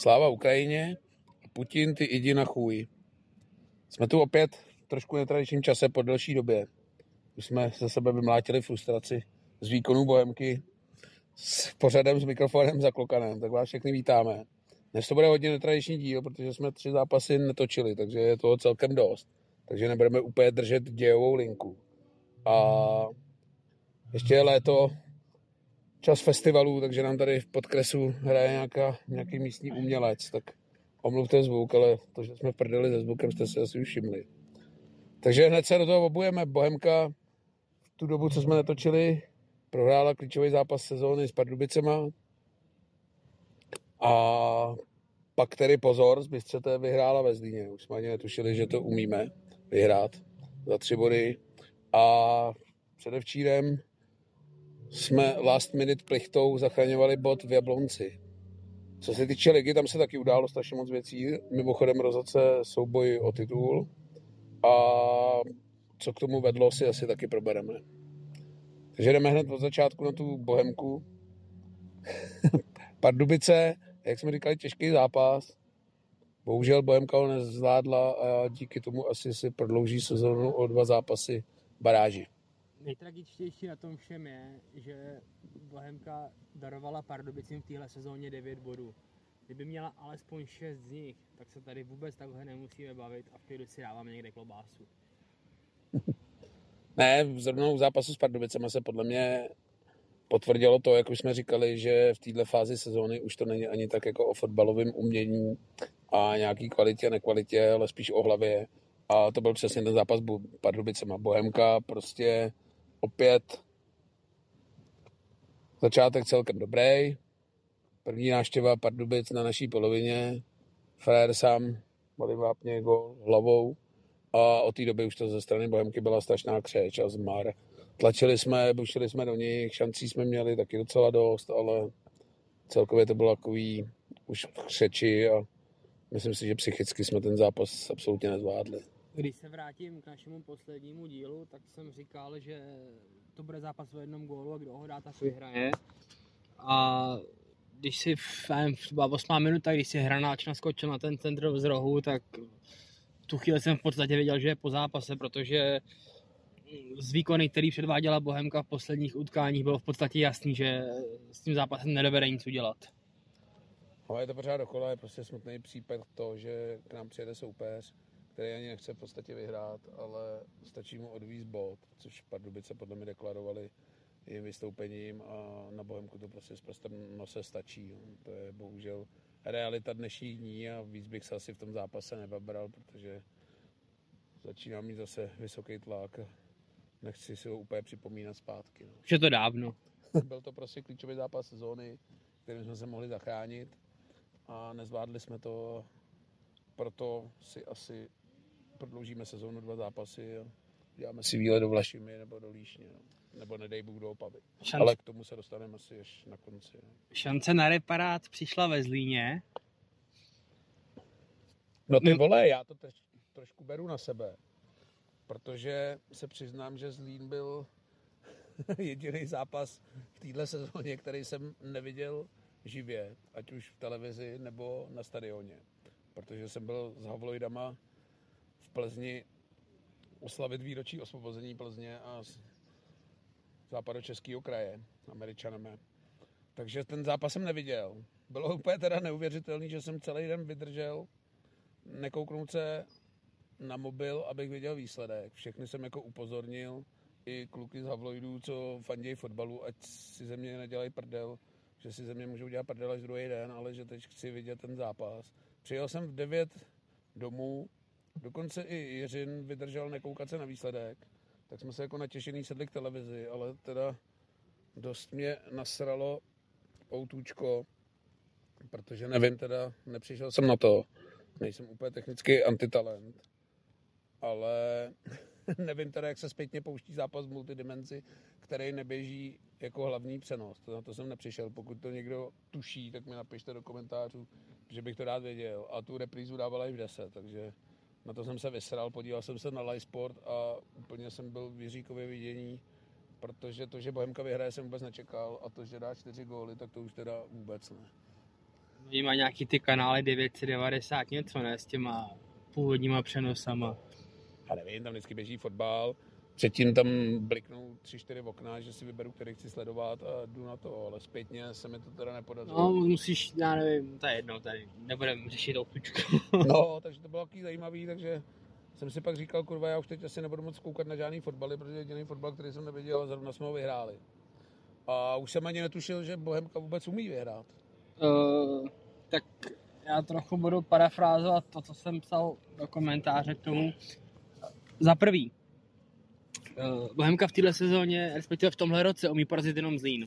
Sláva Ukrajině, Putin, ty jdi na chůj. Jsme tu opět v trošku netradičním čase po delší době. Už jsme ze sebe vymlátili frustraci z výkonů Bohemky s pořadem, s mikrofonem za klokanem. Tak vás všechny vítáme. Dnes to bude hodně netradiční díl, protože jsme 3 zápasy netočili, takže je toho celkem dost. Takže nebudeme úplně držet dějovou linku. A ještě je léto, čas festivalů, takže nám tady v podkresu hraje nějaký místní umělec, tak omluvte zvuk, ale to, že jsme prdeli se zvukem, jste si asi už všimli. Takže hned se do toho obujeme. Bohemka v tu dobu, co jsme netočili, prohrála klíčový zápas sezóny s Pardubicema a pak tedy pozor, z Bystřete vyhrála ve Zlíně. Už jsme ani netušili, že to umíme vyhrát za 3 body. A předevčírem jsme last minute plichtou zachraňovali bod v Jablonci. Co se týče ligy, tam se taky událo strašně moc věcí. Mimochodem rozhodl se souboj o titul a co k tomu vedlo, si asi taky probereme. Takže jdeme hned od začátku na tu Bohemku. Pardubice, jak jsme říkali, těžký zápas. Bohužel Bohemka ho nezvládla a díky tomu asi si prodlouží sezónu o 2 zápasy baráži. Nejtragičtější na tom všem je, že Bohemka darovala Pardubicím v téhle sezóně 9 bodů. Kdyby měla alespoň 6 z nich, tak se tady vůbec takhle nemusíme bavit a v klidu si dáváme někde klobásu. Ne, zrovna u zápasu s Pardubicema se podle mě potvrdilo to, jak už jsme říkali, že v této fázi sezóny už to není ani tak jako o fotbalovém umění a nějaký kvalitě, nekvalitě, ale spíš o hlavě. A to byl přesně ten zápas Pardubicema. Bohemka prostě opět začátek celkem dobrý. První návštěva Pardubic na naší polovině. Frajer sám malý vápně gól hlavou. A od té doby už to ze strany Bohemky byla strašná křeč a zmar. Tlačili jsme, bušili jsme do nich, šancí jsme měli taky docela dost, ale celkově to bylo takový už v křeči a myslím si, že psychicky jsme ten zápas absolutně nezvládli. Když se vrátím k našemu poslednímu dílu, tak jsem říkal, že to bude zápas o 1 gólu a kdo ho dá, tak vyhraje. A když si byla 8. minuta, když si Hranáč naskočil na ten centr z rohu, tak v tu chvíli jsem v podstatě věděl, že je po zápase, protože z výkony, který předváděla Bohemka v posledních utkáních, bylo v podstatě jasný, že s tím zápasem nedovede nic udělat. No, je to pořád dokola, je prostě smutný případ to, že k nám přijede soupeř, který ani nechce v podstatě vyhrát, ale stačí mu odvízt bod, což Pardubice podle mě deklarovali jejím vystoupením a na Bohemku to prostě s prstem nose stačí. To je bohužel realita dnešních dní a víc bych se asi v tom zápase nebabral, protože začínám mít zase vysoký tlak a nechci si ho úplně připomínat zpátky. No. Už je to dávno. Byl to prostě klíčový zápas sezóny, kterým jsme se mohli zachránit a nezvládli jsme to, proto si asi prodloužíme sezónu 2 zápasy a děláme si výlet do Vlašimi nebo do Líšně, no. Nebo nedej Bůh do Opavy. Ale k tomu se dostaneme asi až na konci. No. Šance na reparát přišla ve Zlíně. No ty vole, já to trošku beru na sebe, protože se přiznám, že Zlín byl jediný zápas v téhle sezóně, který jsem neviděl živě, ať už v televizi nebo na stadioně. Protože jsem byl s Havloidama v Plzni oslavit výročí osvobození Plzně a západočeského kraje, Američanami. Takže ten zápas jsem neviděl. Bylo úplně teda neuvěřitelný, že jsem celý den vydržel nekouknout se na mobil, abych viděl výsledek. Všechny jsem jako upozornil, i kluky z Havloidů, co fandějí fotbalu, ať si ze mě nedělají prdel, že si ze mě můžou dělat prdel až druhý den, ale že teď chci vidět ten zápas. Přijel jsem v 9 domů, dokonce i Jiřin vydržel nekoukat se na výsledek, tak jsme se jako natěšený sedli k televizi, ale teda dost mě nasralo outůčko, protože nevím teda, nepřišel jsem na to, nejsem úplně technický antitalent, ale nevím teda, jak se zpětně pouští zápas v multidimenzi, který neběží jako hlavní přenos. Na to jsem nepřišel. Pokud to někdo tuší, tak mi napište do komentářů, že bych to rád věděl. A tu reprízu dával i v 10, takže na to jsem se vysral. Podíval jsem se na Live Sport a úplně jsem byl v Jiříkově vidění, protože to, že Bohemka vyhraje, jsem vůbec nečekal a to, že dá 4 góly, tak to už teda vůbec ne. Oni mají nějaký ty kanály 990 něco, ne, s těma původníma přenosama. A nevím, tam vždycky běží fotbal, předtím tam bliknou 3-4 okna, že si vyberu, který chci sledovat a jdu na to, ale zpětně se mi to teda nepodařilo. No, musíš, já nevím, to je jedno, tady nebudeme řešit otučku. No, takže to bylo takový zajímavý, takže jsem si pak říkal, kurva, já už teď asi nebudu moc koukat na žádný fotbaly, protože jediný fotbal, který jsem neviděl, zrovna jsme ho vyhráli. A už jsem ani netušil, že Bohemka vůbec umí vyhrát. Tak já trochu budu parafrázovat to, co jsem psal do komentáře k tomu. Za prvý, Bohemka v této sezóně, respektive v tomhle roce, umí porazit jenom Zlín.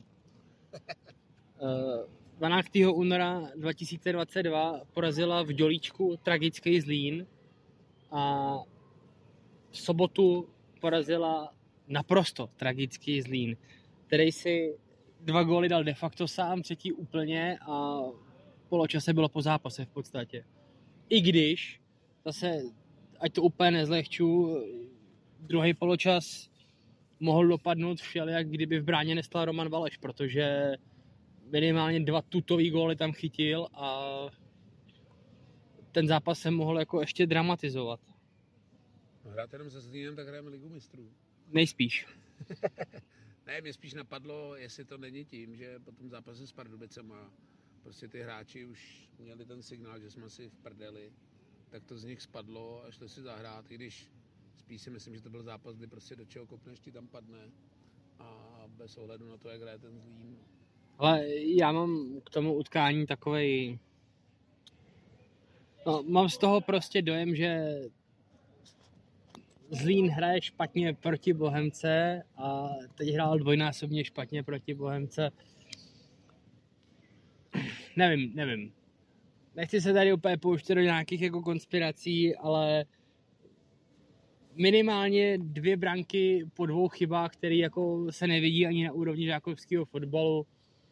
12. února 2022 porazila v Dělíčku tragický Zlín a v sobotu porazila naprosto tragický Zlín, který si 2 góly dal de facto sám, třetí úplně a poločase bylo po zápase v podstatě. I když, zase, ať to úplně nezlehču, druhý poločas mohl dopadnout všelijak, kdyby v bráně nestal Roman Valeš, protože minimálně 2 tutový góly tam chytil a ten zápas se mohl jako ještě dramatizovat. Hrát jenom se Zlínem, tak hrajeme Ligu mistrů. Nejspíš. Ne, mě spíš napadlo, jestli to není tím, že po tom zápase s Pardubicema prostě ty hráči už měli ten signál, že jsme si v prdeli, tak to z nich spadlo a šli si zahrát, i když spíš si myslím, že to byl zápas, kdy prostě do čeho kopneš, ti tam padne a bez ohledu na to, jak hraje ten Zlín. Ale já mám k tomu utkání takovej... No, mám z toho prostě dojem, že Zlín hraje špatně proti Bohemce a teď hrál dvojnásobně špatně proti Bohemce. Nevím. Nechci se tady úplně pouštět do nějakých jako konspirací, ale minimálně 2 branky po 2 chybách, které jako se nevidí ani na úrovni žákovského fotbalu.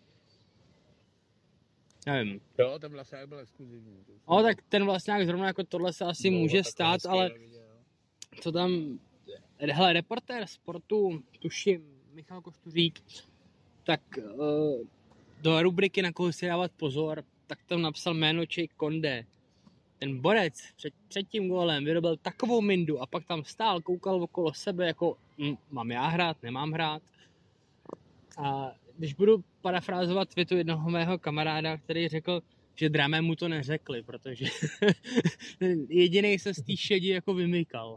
Nevím. Jo, ten Vlasák byl exkluzivní. No, tak ten Vlasák zrovna jako tohle se asi může stát, ale co tam, hele, reportér Sportu, tuším, Michal Koštuřík, tak do rubriky Na koho si dávat pozor, tak tam napsal jméno Čej Konde. Ten borec před tím gólem vyrobil takovou mindu a pak tam stál, koukal okolo sebe jako mám já hrát, nemám hrát. A když budu parafrázovat větu jednoho mého kamaráda, který řekl, že Dramé mu to neřekli, protože jedinej se z té šedi jako vymykal.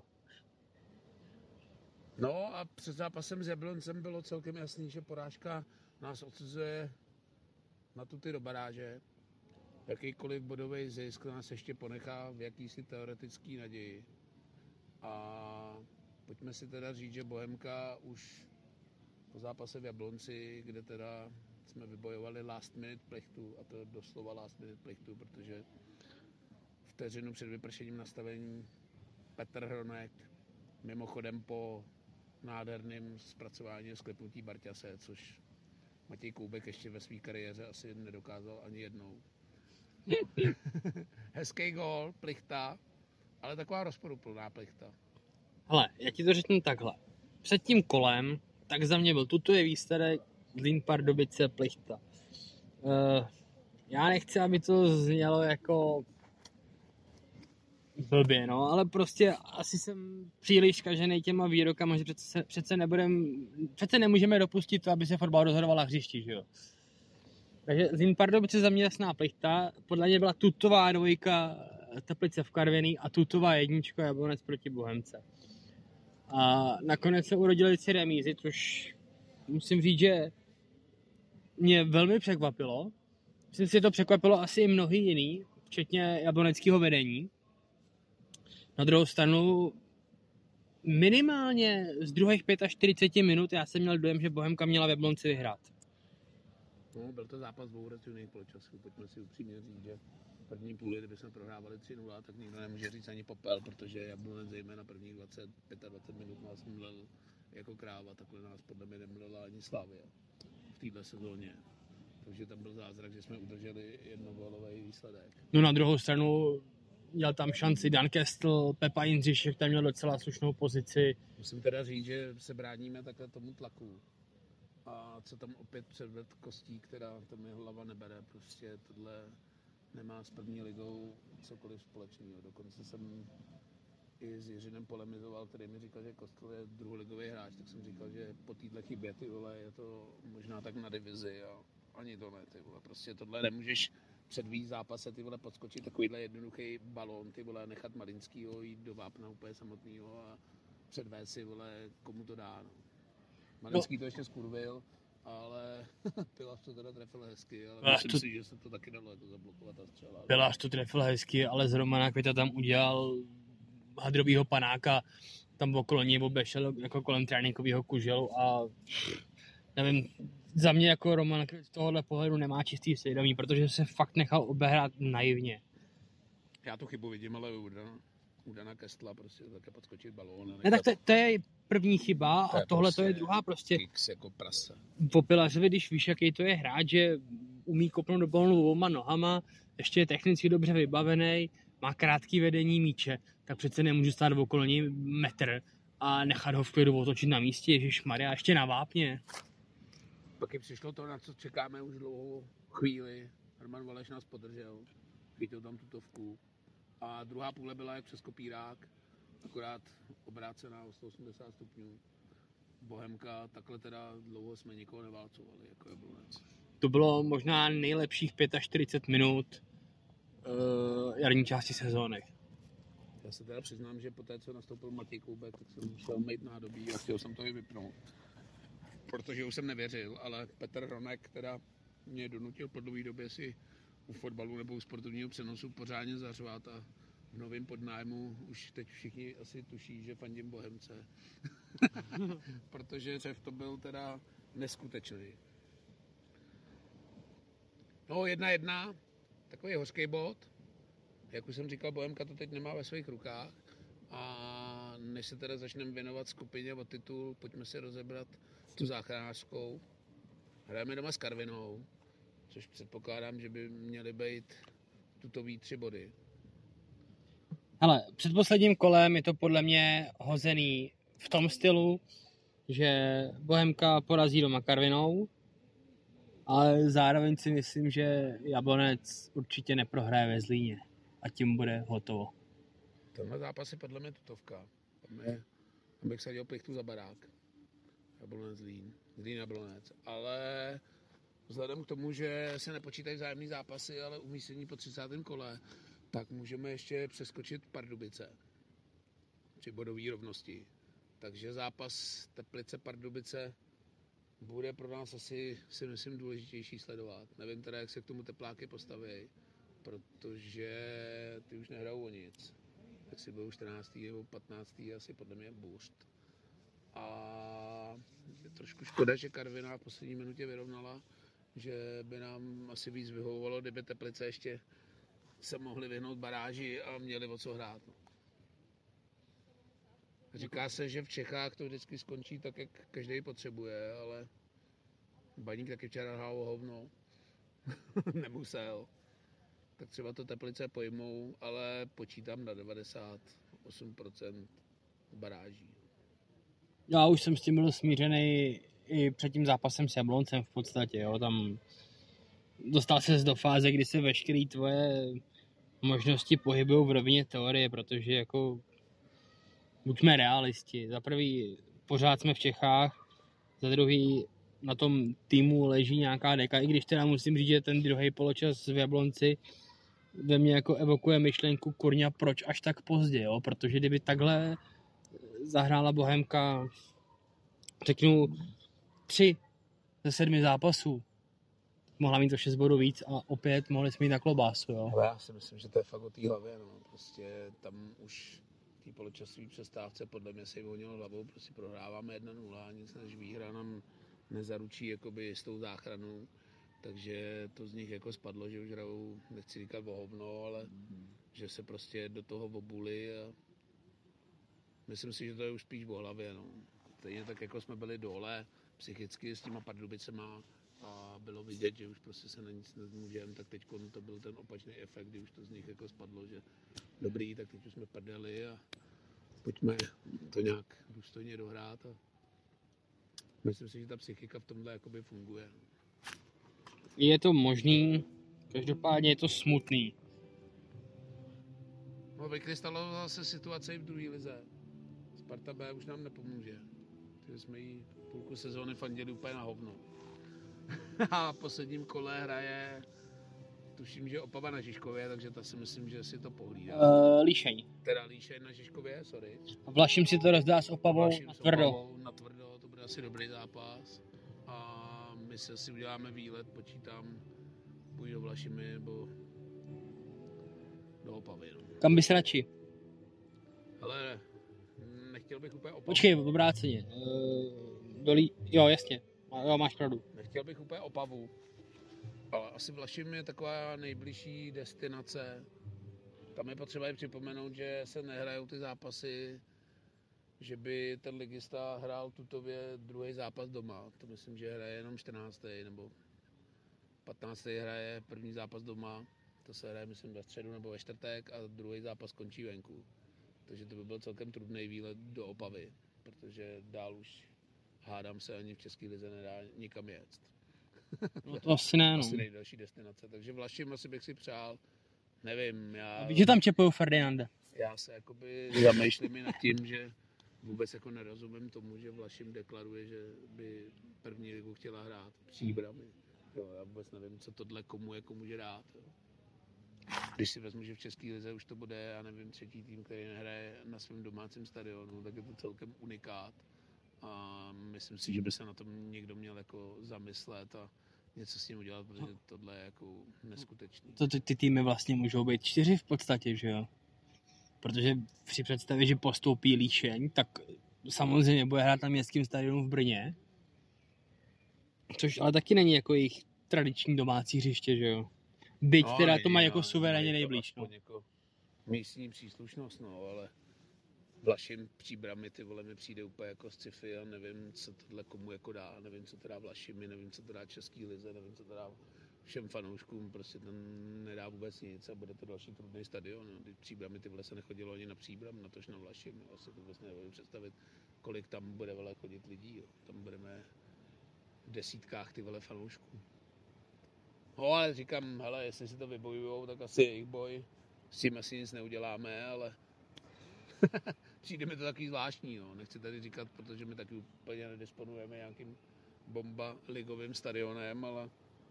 No a před zápasem s Jabloncem bylo celkem jasný, že porážka nás odsuzuje na tuty do baráže. Jakýkoliv bodový zisk nás ještě ponechá v jakýsi teoretický naději. A pojďme si teda říct, že Bohemka už po zápase v Jablonci, kde teda jsme vybojovali last minute plechtu, a to doslova last minute plechtu, protože vteřinu před vypršením nastavení Petr Hronek, mimochodem po nádherným zpracování sklepnutí Barťase, což Matěj Koubek ještě ve své kariéře asi nedokázal ani jednou. Hezký gól, plichta, ale taková rozporuplná plichta. Hele, já ti to řeknu takhle. Před tím kolem, tak za mě byl tutový výsledek Zlín Pardubice plichta. Já nechci, aby to znělo jako blbě, no, ale prostě asi jsem příliš zkažený těma výrokama, že přece nemůžeme dopustit to, aby se fotbal rozhodoval na hřišti, že jo. Takže Zlín Pardubice za mě jasná plichta, podle mě byla tutová 2 Teplice v Karviný a tutová 1 Jablonec proti Bohemce. A nakonec se urodily 3 remízy, což musím říct, že mě velmi překvapilo. Myslím si, že to překvapilo asi i mnohý jiný, včetně jabloneckého vedení. Na druhou stranu minimálně z druhých 45 minut já jsem měl dojem, že Bohemka měla v Jablonci vyhrát. No, byl to zápas 2 ročních poločasů, pojďme si upřímně říct, že v první půli, kdyby jsme prohrávali 3-0, tak nikdo nemůže říct ani popel, protože Jablonec zejména prvních 25 minut nás mlel jako kráva, takhle nás podle mě nemlela ani Slavia v této sezóně. Takže tam byl zázrak, že jsme udrželi jednogólový výsledek. No na druhou stranu měl tam šanci Dan Kestl, Pepa Jindřišek, tam měl docela slušnou pozici. Musím teda říct, že se bráníme takhle tomu tlaku. A co tam opět předved Kostík, která to mi hlava nebere, prostě tohle nemá s první ligou cokoliv společného. Dokonce jsem i s Jiřinem polemizoval, který mi říkal, že Kostel je druholigový hráč, tak jsem říkal, že po téhle chybě, ty vole, je to možná tak na divizi a ani to ne, ty vole, prostě tohle nemůžeš před víc zápase, ty vole, podskočit takovýhle jednoduchý balón, ty vole, nechat Malinskýho jít do vápna úplně samotného a předvést si, vole, komu to dá, no. Malinský to ještě skurvil, ale Pilař to teda trefil hezky, ale myslím si, že se to taky dalo jako zablokovat a střela. Pilař to trefil hezky, ale z Romana Květa tam udělal hadrovýho panáka, tam okolo něj obešel jako kolem tréninkového kuželu a nevím, za mě jako Roman z tohohle pohledu nemá čistý svědomí, protože se fakt nechal obehrát naivně. Já tu chybu vidím, ale u Dana Kestla prostě také podskočit balón. Ne, tak to je první chyba a tohle to je druhá prostě. Kicks jako prase. Po Pilařovi, když víš, jaký to je hráč, že umí kopnout do balónu oboma nohama, ještě je technicky dobře vybavený, má krátký vedení míče, tak přece nemůžu stát okolo něj metr a nechat ho v klidu otočit na místě, ježišmarja, ještě na vápně. Pak jim přišlo to, na co čekáme už dlouhou chvíli. Roman Valeš nás podržel, chytil tam tutovku. A druhá půle byla jak přes kopírák, akorát obrácená o 180 stupňů. Bohemka, takhle teda dlouho jsme nikoho neválcovali, jako Jablonec. To bylo možná nejlepších 45 minut jarní části sezóny. Já se teda přiznám, že po té, co nastoupil Matěj Koubek, tak jsem šel mít nádobí a chtěl jsem to i vypnout. Protože už jsem nevěřil, ale Petr Ronek teda mě donutil po dlouhé době si u fotbalu nebo u sportovního přenosu pořádně zařvat a v novém podnájmu už teď všichni asi tuší, že fandím Bohemce. Protože šéf to byl teda neskutečný. No 1-1, takový hořký bod. Jak už jsem říkal, Bohemka to teď nemá ve svých rukách. A než se teda začneme věnovat skupině o titul, pojďme si rozebrat tu záchranářskou. Hrajeme doma s Karvinou, což předpokládám, že by měly být tutový 3 body. Hele, před posledním kolem je to podle mě hozený v tom stylu, že Bohemka porazí doma Karvinou, ale zároveň si myslím, že Jablonec určitě neprohraje ve Zlíně a tím bude hotovo. Tenhle zápas je podle mě tutovka. Tam bych sadil plichtu za barák. Jablonec Zlín Jablonec. Ale vzhledem k tomu, že se nepočítají vzájemný zápasy, ale umístění po 30. kole, tak můžeme ještě přeskočit Pardubice při bodové rovnosti. Takže zápas Teplice-Pardubice bude pro nás asi, si myslím, důležitější sledovat. Nevím teda, jak se k tomu Tepláky postaví, protože ty už nehrajou o nic. Tak si budou 14. nebo 15. asi podle mě bůřt. A je trošku škoda, že Karviná v poslední minutě vyrovnala, že by nám asi víc vyhovovalo, kdyby Teplice ještě se mohli vyhnout baráži a měli o co hrát. Říká se, že v Čechách to vždycky skončí tak, jak každý potřebuje, ale Baník taky včera hrál o hovno. Nemusel. Tak třeba to Teplice pojmou, ale počítám na 98% baráží. Já už jsem s tím byl smířený i před tím zápasem s Jabloncem v podstatě, jo, tam dostal ses do fáze, kdy se veškeré tvoje možnosti pohybují v rovině teorie, protože jako buďme realisti. Za prvý pořád jsme v Čechách, za druhý na tom týmu leží nějaká deka, i když teda musím říct, že ten druhý poločas v Jablonci ve mně jako evokuje myšlenku kurňa, proč až tak pozdě, jo? Protože kdyby takhle zahrála Bohemka, řeknu 3 ze 7 zápasů, mohla mít o 6 bodů víc a opět mohli jsme jít na klobásu, jo? Já si myslím, že to je fakt o té hlavě, no. Prostě tam už v té poločasové přestávce podle mě se vyhonilo hlavou, prostě prohráváme 1-0, nic než výhra nám nezaručí jakoby s tou záchranou. Takže to z nich jako spadlo, že už hrajou, nechci říkat o hovno, ale že se prostě do toho obuli a myslím si, že to je už spíš o hlavě, no. Stejně tak jako jsme byli dole psychicky s těma Pardubicema a bylo vidět, že už prostě se na nic nemůžeme, tak teď to byl ten opačný efekt, kdy už to z nich jako spadlo, že dobrý, tak teď už jsme prdeli a pojďme to nějak důstojně dohrát a myslím si, že ta psychika v tomhle jakoby funguje. Je to možný, Každopádně je to smutný. No, vykrystalovala se situace i v druhé lize. Sparta B už nám nepomůže. Takže jsme jí půlku sezóny fandili úplně na hovno. A v posledním kole hraje, tuším, že Opava na Žižkově, takže ta si myslím, že si to pohlídá. Líšeň. Teda Líšeň na Žižkově, sorry. A Vlašim si to rozdá s Opavou Vlašim na s tvrdo. Opavou na tvrdo, to bude asi dobrý zápas. A my se si uděláme výlet, počítám, buď do Vlašimi, nebo do Opavy. No. Kam bys radši? Ale nechtěl bych úplně Opavu. Počkej, obráceně. Jo, jasně. Jo, máš pravdu. Nechtěl bych úplně Opavu, ale asi Vlašim je taková nejbližší destinace. Tam je potřeba i připomenout, že se nehrajou ty zápasy, že by ten ligista hrál tutově druhý zápas doma. To myslím, že hraje jenom 14. nebo 15. hraje první zápas doma. To se hraje, myslím, ve středu nebo ve čtvrtek a druhý zápas končí venku. Takže to by byl celkem trudný výlet do Opavy, protože dál už hádám se ani v České lize nedá nikam jet. No to asi ne, no. Asi nejdelší destinace. Takže Vlašim asi bych si přál, nevím, Víš, že tam čepujou Ferdinanda. Já se jakoby zamýšlím i nad tím, že vůbec jako nerozumím tomu, že Vlašim deklaruje, že by první ligu chtěla hrát Příbrami. Jo, já vůbec nevím, co tohle komu jako může dát. Jo. Když si vezmu, že v České lize už to bude, já nevím, třetí tým, který nehraje na svém domácím stadionu, tak je to celkem unikát. A myslím si, že by se na tom někdo měl jako zamyslet a něco s tím udělat, protože tohle je jako neskutečný. Ty týmy vlastně můžou být 4 v podstatě, že jo? Protože při představě, že postoupí Líšeň, tak samozřejmě bude hrát na městském stadionu v Brně. Což ale taky není jako jejich tradiční domácí hřiště, že jo? Byť no, teda to má jako suverénně nejblíž, no. Jako místní příslušnost, no, ale Vlašim Příbrami, ty vole, mi přijde úplně jako sci-fi a nevím, co tohle komu jako dá, nevím, co to dá Vlašimi, nevím, co to dá Český lize, nevím, co to dá všem fanouškům, prostě ten nedá vůbec nic a bude to další trudný stadion, no. Příbrami, ty vole, se nechodilo ani na Příbram, natož na Vlašim, jo. Asi to vůbec nedovedu představit, kolik tam bude, vole, chodit lidí, jo. Tam budeme v desítkách, ty vole, fanoušků. No, ale říkám, hele, jestli si to vybojujou, tak asi jejich boj, s tím asi nic neuděláme, ale přijde mi to takový zvláštní, no. Nechci tady říkat, protože my taky úplně nedisponujeme nějakým bomba ligovým stadionem, ale...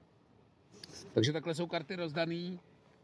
Takže takhle jsou karty rozdaný.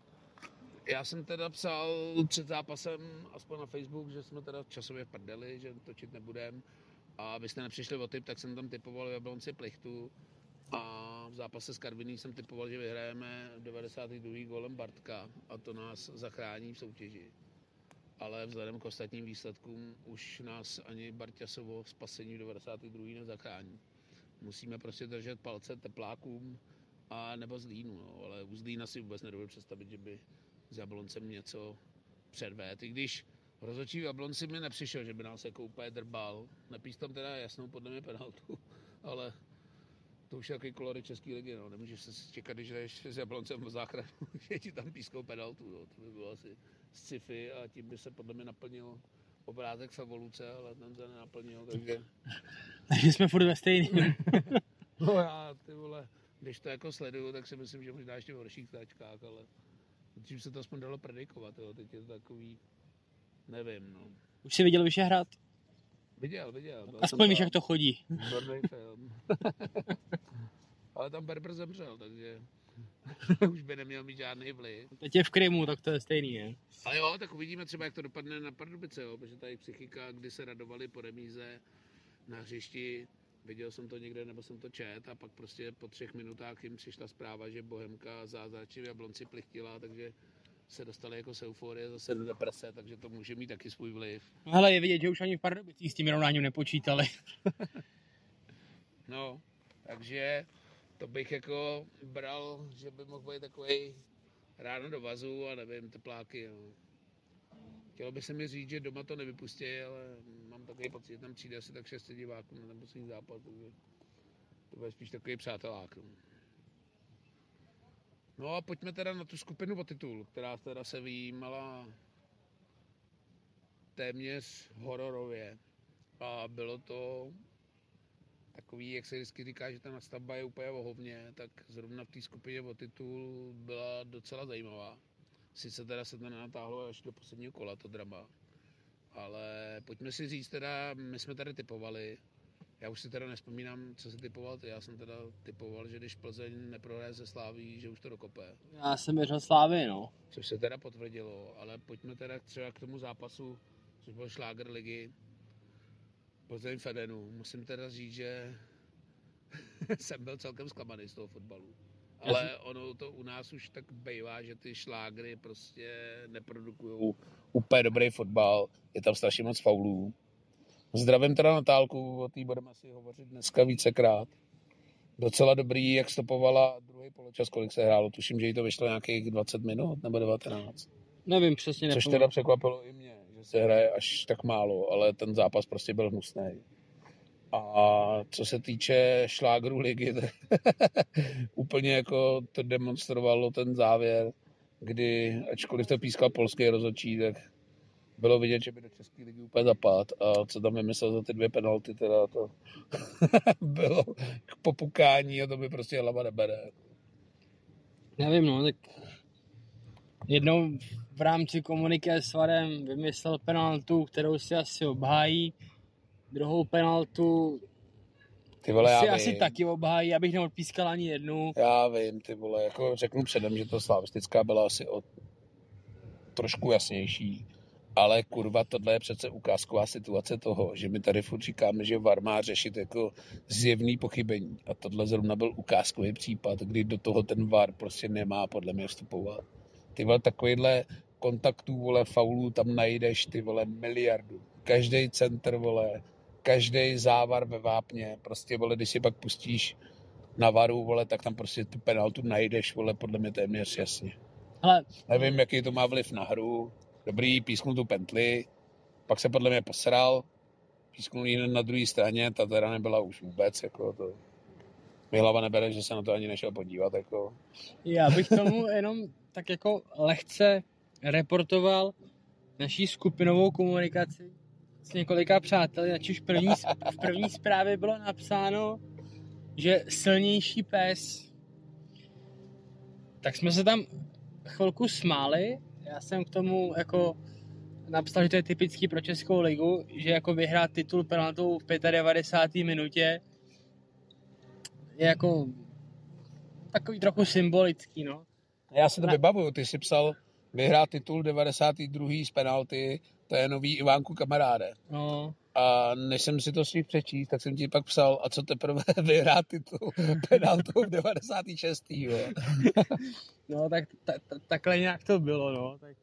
Já jsem teda psal před zápasem, aspoň na Facebook, že jsme teda časově v prdeli, že točit nebudem. A abyste nepřišli o tip, tak jsem tam typoval v Jablonci Plichtu. A v zápase s Karviní jsem typoval, že vyhrajeme 92. gólem Bartka a to nás zachrání v soutěži. Ale vzhledem k ostatním výsledkům už nás ani Barťasovo spasení v 92. nezachrání. Musíme prostě držet palce teplákům a nebo Zlínu, no. Ale u Zlína si vůbec nedovedu představit, že by s Jabloncem něco předvést. I když rozhodčí v Jablonci mi nepřišel, že by nás jako úplně drbal. Nepíš tam teda jasnou podle mě penaltu, ale to už je takový kolory České ligy, no. Nemůžeš se čekat, když jdeš s Jabloncem v záchranu, že ti tam pískou penaltu, no. To by bylo asi sci-fi a tím by se podle mě naplnil obrázek v evoluce, ale ten se nenaplnil, takže... Takže jsme furt ve stejným. No já, ty vole, když to jako sleduju, tak si myslím, že možná ještě v horších táčkách, ale tím se to aspoň dalo predikovat, jo. Teď je to takový, nevím, no. Už jsi viděl Vyšehrad? Viděl. Aspoň víš, jak to chodí. Výborný film. Ale tam Berber zemřel, takže už by neměl mít žádný vliv. Teď je v Krymu, tak to je stejný, ne? Ale jo, tak uvidíme třeba, jak to dopadne na Pardubice, jo, protože tady psychika, kdy se radovali po remíze na hřišti, viděl jsem to někde, nebo jsem to čet a pak prostě po 3 minutách jim přišla zpráva, že Bohemka zázračně v Jablonci plichtila, takže se dostali jako z euforie zase do deprese, takže to může mít taky svůj vliv. No hele, je vidět, že už ani v Pardubicích s tím rovnáním nepočítali. No, takže to bych jako bral, že by mohl být takový ráno do vazu a nevím, tepláky, jo. Chtělo by se mi říct, že doma to nevypustí, ale mám takový pocit, že tam přijde asi tak 6 diváků na ten poslední zápas, takže to bude spíš takový přátelák. No a pojďme teda na tu skupinu o titul, která teda se vyjímala téměř hororově a bylo to takový, jak se vždycky říká, že ta nastavba je úplně o hovně, tak zrovna v té skupině o titul byla docela zajímavá. Sice teda se to nenatáhlo až do posledního kola, to drama. Ale pojďme si říct teda, my jsme tady typovali. Já už si teda nespomínám, co se typoval. Já jsem teda typoval, že když Plzeň neprohraje se Sláví, že už to dokope. Já jsem věřil Slávy, no. Což se teda potvrdilo, ale pojďme teda třeba k tomu zápasu, což byl šláger ligy. Plzeň Fedenu. Musím teda říct, že jsem byl celkem zklamaný z toho fotbalu. Ale ono to u nás už tak bývá, že ty šlágry prostě neprodukují úplně dobrý fotbal. Je tam strašně moc faulů. Zdravím teda Natálku, o té budeme asi hovořit dneska vícekrát. Docela dobrý, jak stopovala druhý poločas, kolik se hrálo. Tuším, že jí to vyšlo nějakých 20 minut nebo 19. Nevím, přesně Což teda překvapilo i mě, že se hraje až tak málo, ale ten zápas prostě byl hnusný. A co se týče šlágrů ligy, tak úplně jako to demonstrovalo ten závěr, kdy, ačkoliv to pískal polský rozhodčí, tak bylo vidět, že by do České ligy úplně zapad. A co tam vymyslel za ty 2 penalty, teda to bylo k popukání a to by prostě hlava nebere. Nevím, no, tak jednou v rámci komuniké s VARem vymyslel penaltu, kterou si asi obhájí. Druhou penaltu Ty vole, si asi taky obhájí, abych neodpískal ani jednu. Já vím, ty vole, jako řeknu předem, že to slavistická byla asi o trošku jasnější. Ale kurva, tohle je přece ukázková situace toho, že my tady furt říkáme, že VAR má řešit jako zjevný pochybení. A tohle zrovna byl ukázkový případ, kdy do toho ten VAR prostě nemá podle mě vstupovat. Ty vole, takovýhle kontaktů, vole, faulů tam najdeš, ty vole, miliardu. Každý centr, vole, každý závar ve vápně, prostě, vole, když si pak pustíš na VARu, vole, tak tam prostě tu penaltu najdeš, vole, podle mě téměř jasně. Ale nevím, jaký to má vliv na hru. Dobrý, písknul tu pentli, pak se podle mě posral, písknul ji na druhé straně, ta teda nebyla už vůbec, jako to. Mi hlava nebere, že se na to ani nešel podívat, jako. Já bych tomu jenom tak jako lehce reportoval naší skupinovou komunikaci s několika přáteli, ať už v první zprávě bylo napsáno, že silnější pes. Tak jsme se tam chvilku smáli. Já jsem k tomu jako napsal, že to je typický pro Českou ligu, že jako vyhrát titul penaltou v 95. minutě je jako takový trochu symbolický, no. Já si to vybavuju, ty jsi psal vyhrát titul 92. z penalty, to je nový Ivánku kamaráde. No. A než jsem si to stihl přečíst, tak jsem ti pak psal, a co teprve vyhrát titul penaltou v 96. Jo. No, tak takhle nějak to bylo, no. Tak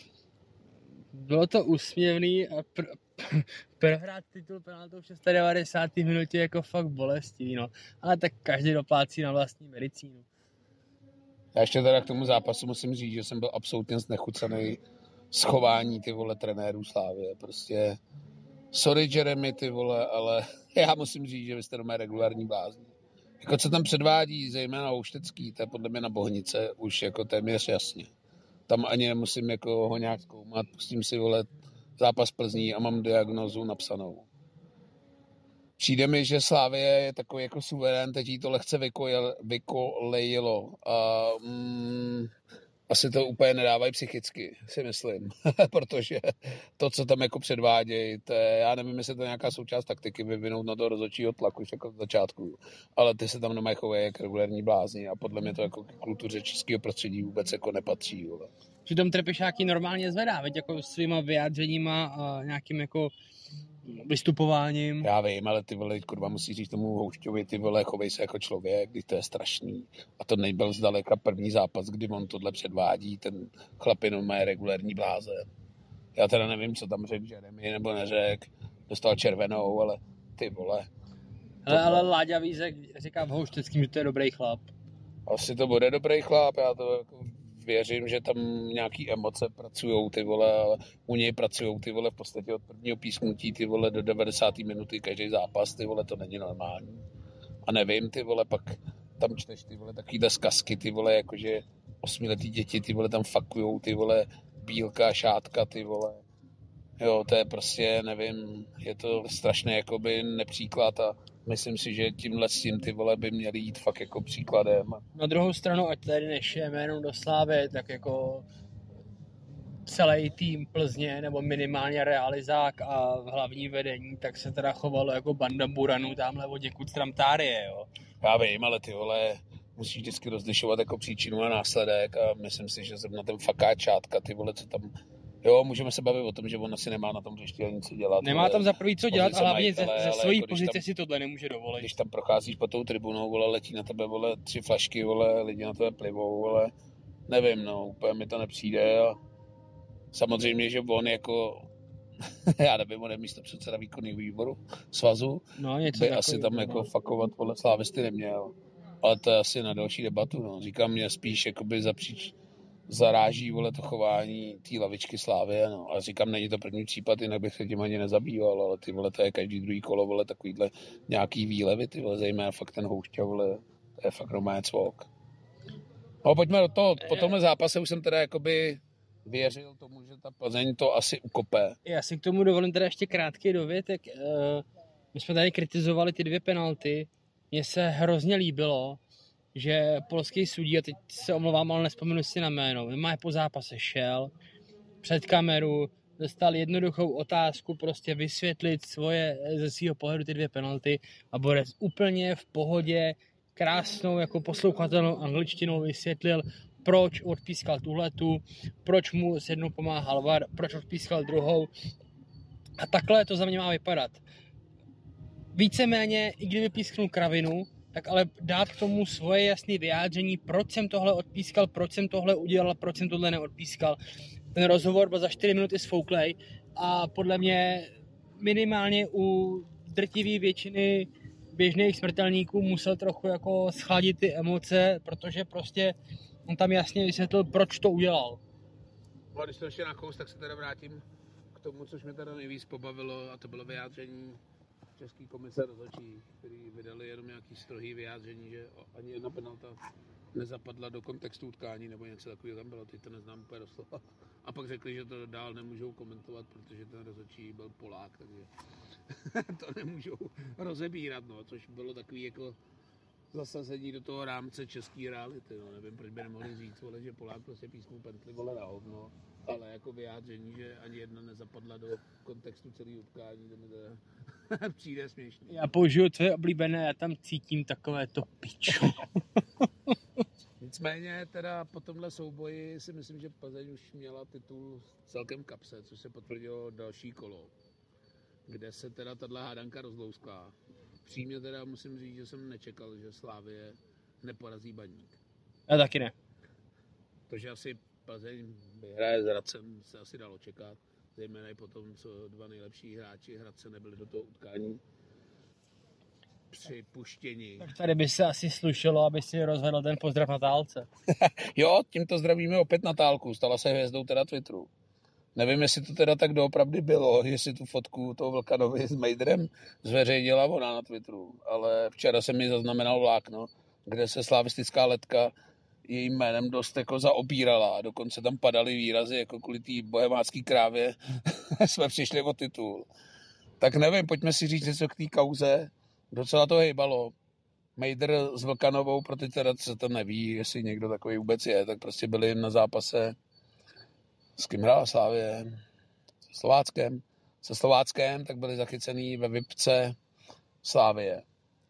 bylo to úsměvný a prohrát titul penaltou v 96. minutě jako fakt bolestivý, no. Ale tak každý doplácí na vlastní medicínu. Já ještě teda k tomu zápasu musím říct, že jsem byl absolutně znechucený schování, ty vole, trenérů Slávie. Prostě sorry Jeremy, ty vole, ale já musím říct, že vy jste doma regulární blázni. Jako co tam předvádí, zejména Houštecký, to je podle mě na Bohnice už jako téměř jasně. Tam ani nemusím jako ho nějak zkoumat, pustím si, vole, zápas Plzní a mám diagnózu napsanou. Přijde mi, že Slavie je takový jako suverén, teď jí to lehce vykolejilo a asi to úplně nedávají psychicky, si myslím, protože to, co tam jako předvádějí, to je, já nevím, jestli to je nějaká součást taktiky vyvinout na to rozhodčího tlaku už jako od začátku, ale ty se tam nemají chovají jako regulární blázni a podle mě to jako k kultuře českého prostředí vůbec jako nepatří. Vole. Přitom Trpišáky normálně zvedá, veď jako svýma vyjádřeníma a nějakým jako vystupováním. Já vím, ale ty vole, kurva, musí říct tomu Houšťovi, ty vole, chovej se jako člověk, když to je strašný. A to nebyl zdaleka první zápas, kdy on tohle předvádí, ten chlap jenom má regulární blázen. Já teda nevím, co tam řekl Jeremy, nebo neřekl, dostal červenou, ale ty vole. Ale Láďa Vízek říká v Houšteckým, že to je dobrý chlap. Asi to bude dobrý chlap, já to jako věřím, že tam nějaký emoce pracujou, ty vole, ale u něj pracujou, ty vole, v podstatě od prvního písknutí, ty vole, do 90. minuty každý zápas, ty vole, to není normální. A nevím, ty vole, pak tam čteš, ty vole, takovýhle zkazky, ty vole, jakože 8letý děti, ty vole, tam fakujou, ty vole, Bílka, Šátka, ty vole. Jo, to je prostě, nevím, je to strašný jakoby nepříklad a myslím si, že tímhle s tím ty vole by měly jít fakt jako příkladem. Na druhou stranu, ať tady nešijeme jenom do Slávy, tak jako celý tým Plzně, nebo minimálně Realizák a hlavní vedení, tak se teda chovalo jako banda buranů tamhle od někud z Tramtárie, jo. Já vím, ale ty vole, musíš vždycky rozlišovat jako příčinu a následek a myslím si, že zrovna ten fakáčátka, ty vole, co tam... Jo, můžeme se bavit o tom, že on asi nemá na tom hřišti ani co dělat. Nemá tam za prvý co dělat a hlavně ze svojí jako pozice tam, si tohle nemůže dovolit. Když tam procházíš po tou tribunou, vole, letí na tebe, vole, 3 flašky, vole, lidi na tebe plivou, vole, nevím, no, úplně mi to nepřijde a samozřejmě, že on jako, já nevím, on je místo předseda výkonného výboru svazu, no, něco by takový, asi tam jako fakovat podle Slávisty neměl. Ale to je asi na další debatu, no. Říkám, mě spíš jakoby zaráží, vole, to chování té lavičky Slávie, no. A říkám, není to první případ, jinak bych se tím ani nezabýval, ale ty vole, to je každý druhý kolo, vole, takovýhle nějaký výlevy, ty vole, zejména fakt ten Houšťa, vole, to je fakt románec cvok. No, pojďme do toho, po tomhle zápase už jsem teda jakoby věřil tomu, že ta Plzeň to asi ukope. Já si k tomu dovolím teda ještě krátký dovětek. My jsme tady kritizovali ty 2 penalty. Mně se hrozně líbilo, že polský sudí, a teď se omlouvám, ale nespomenu si na jméno, má po zápase šel před kameru, dostal jednoduchou otázku, prostě vysvětlit ze svého pohledu ty 2 penalty a Borec úplně v pohodě, krásnou jako poslouchatelnou angličtinou vysvětlil, proč odpískal tuhletu, proč mu s jednou pomáhal VAR, proč odpískal druhou. A takhle to za mě má vypadat. Víceméně, i kdyby písknul kravinu, tak ale dát k tomu svoje jasné vyjádření, proč jsem tohle odpískal, proč jsem tohle udělal, proč jsem tohle neodpískal. Ten rozhovor byl za 4 minuty sfouklej a podle mě minimálně u drtivé většiny běžných smrtelníků musel trochu jako schladit ty emoce, protože prostě on tam jasně vysvětlil, proč to udělal. A když to ještě na kous, tak se teda vrátím k tomu, což mě teda nejvíc pobavilo, a to bylo vyjádření České komise rozhodčí, který vydali jenom nějaký strohý vyjádření, že ani jedna penalta nezapadla do kontextu utkání nebo něco takového tam bylo, teď to neznám úplně doslova. A pak řekli, že to dál nemůžou komentovat, protože ten rozhodčí byl Polák, takže to nemůžou rozebírat, no, což bylo takový jako zasazení do toho rámce české reality, no. Nevím, proč by nemohli říct, vole, že Polák prostě písknul pentli, vole, na hovno, ale jako vyjádření, že ani jedna nezapadla do kontextu celého utkání, to mi teda přijde směšný. Já použiju tvoje oblíbené, já tam cítím takové to pičo. Nicméně teda po tomhle souboji si myslím, že Plzeň už měla titul celkem kapse, což se potvrdilo další kolo, kde se teda tato hádanka rozlouskla. Přímě teda musím říct, že jsem nečekal, že Slavie neporazí Baník. Já taky ne. To, že asi Plzeň vyhraje s Hradcem, se asi dalo čekat. Zejména i potom, co 2 nejlepší hráči Hradce nebyli do toho utkání připuštění. Tak tady by se asi slušelo, aby si rozvedl ten pozdrav Natálce. Jo, tímto zdravíme opět Natálku. Stala se hvězdou teda Twitteru. Nevím, jestli to teda tak doopravdy bylo, jestli tu fotku toho Vlkanovi s Mejdrem zveřejnila ona na Twitteru, ale včera jsem mi zaznamenal vlákno, kde se slavistická letka jejím jménem dost jako zaobírala a dokonce tam padaly výrazy, jako kvůli té bohemácký krávě jsme přišli o titul. Tak nevím, pojďme si říct něco k té kauze. Docela to hejbalo. Mejdr s Vlkanovou, pro ty teda, co to neví, jestli někdo takový vůbec je, tak prostě byli na zápase. S kým hrála Slavie? Se Slováckem, tak byli zachycený ve VIPce Slavie.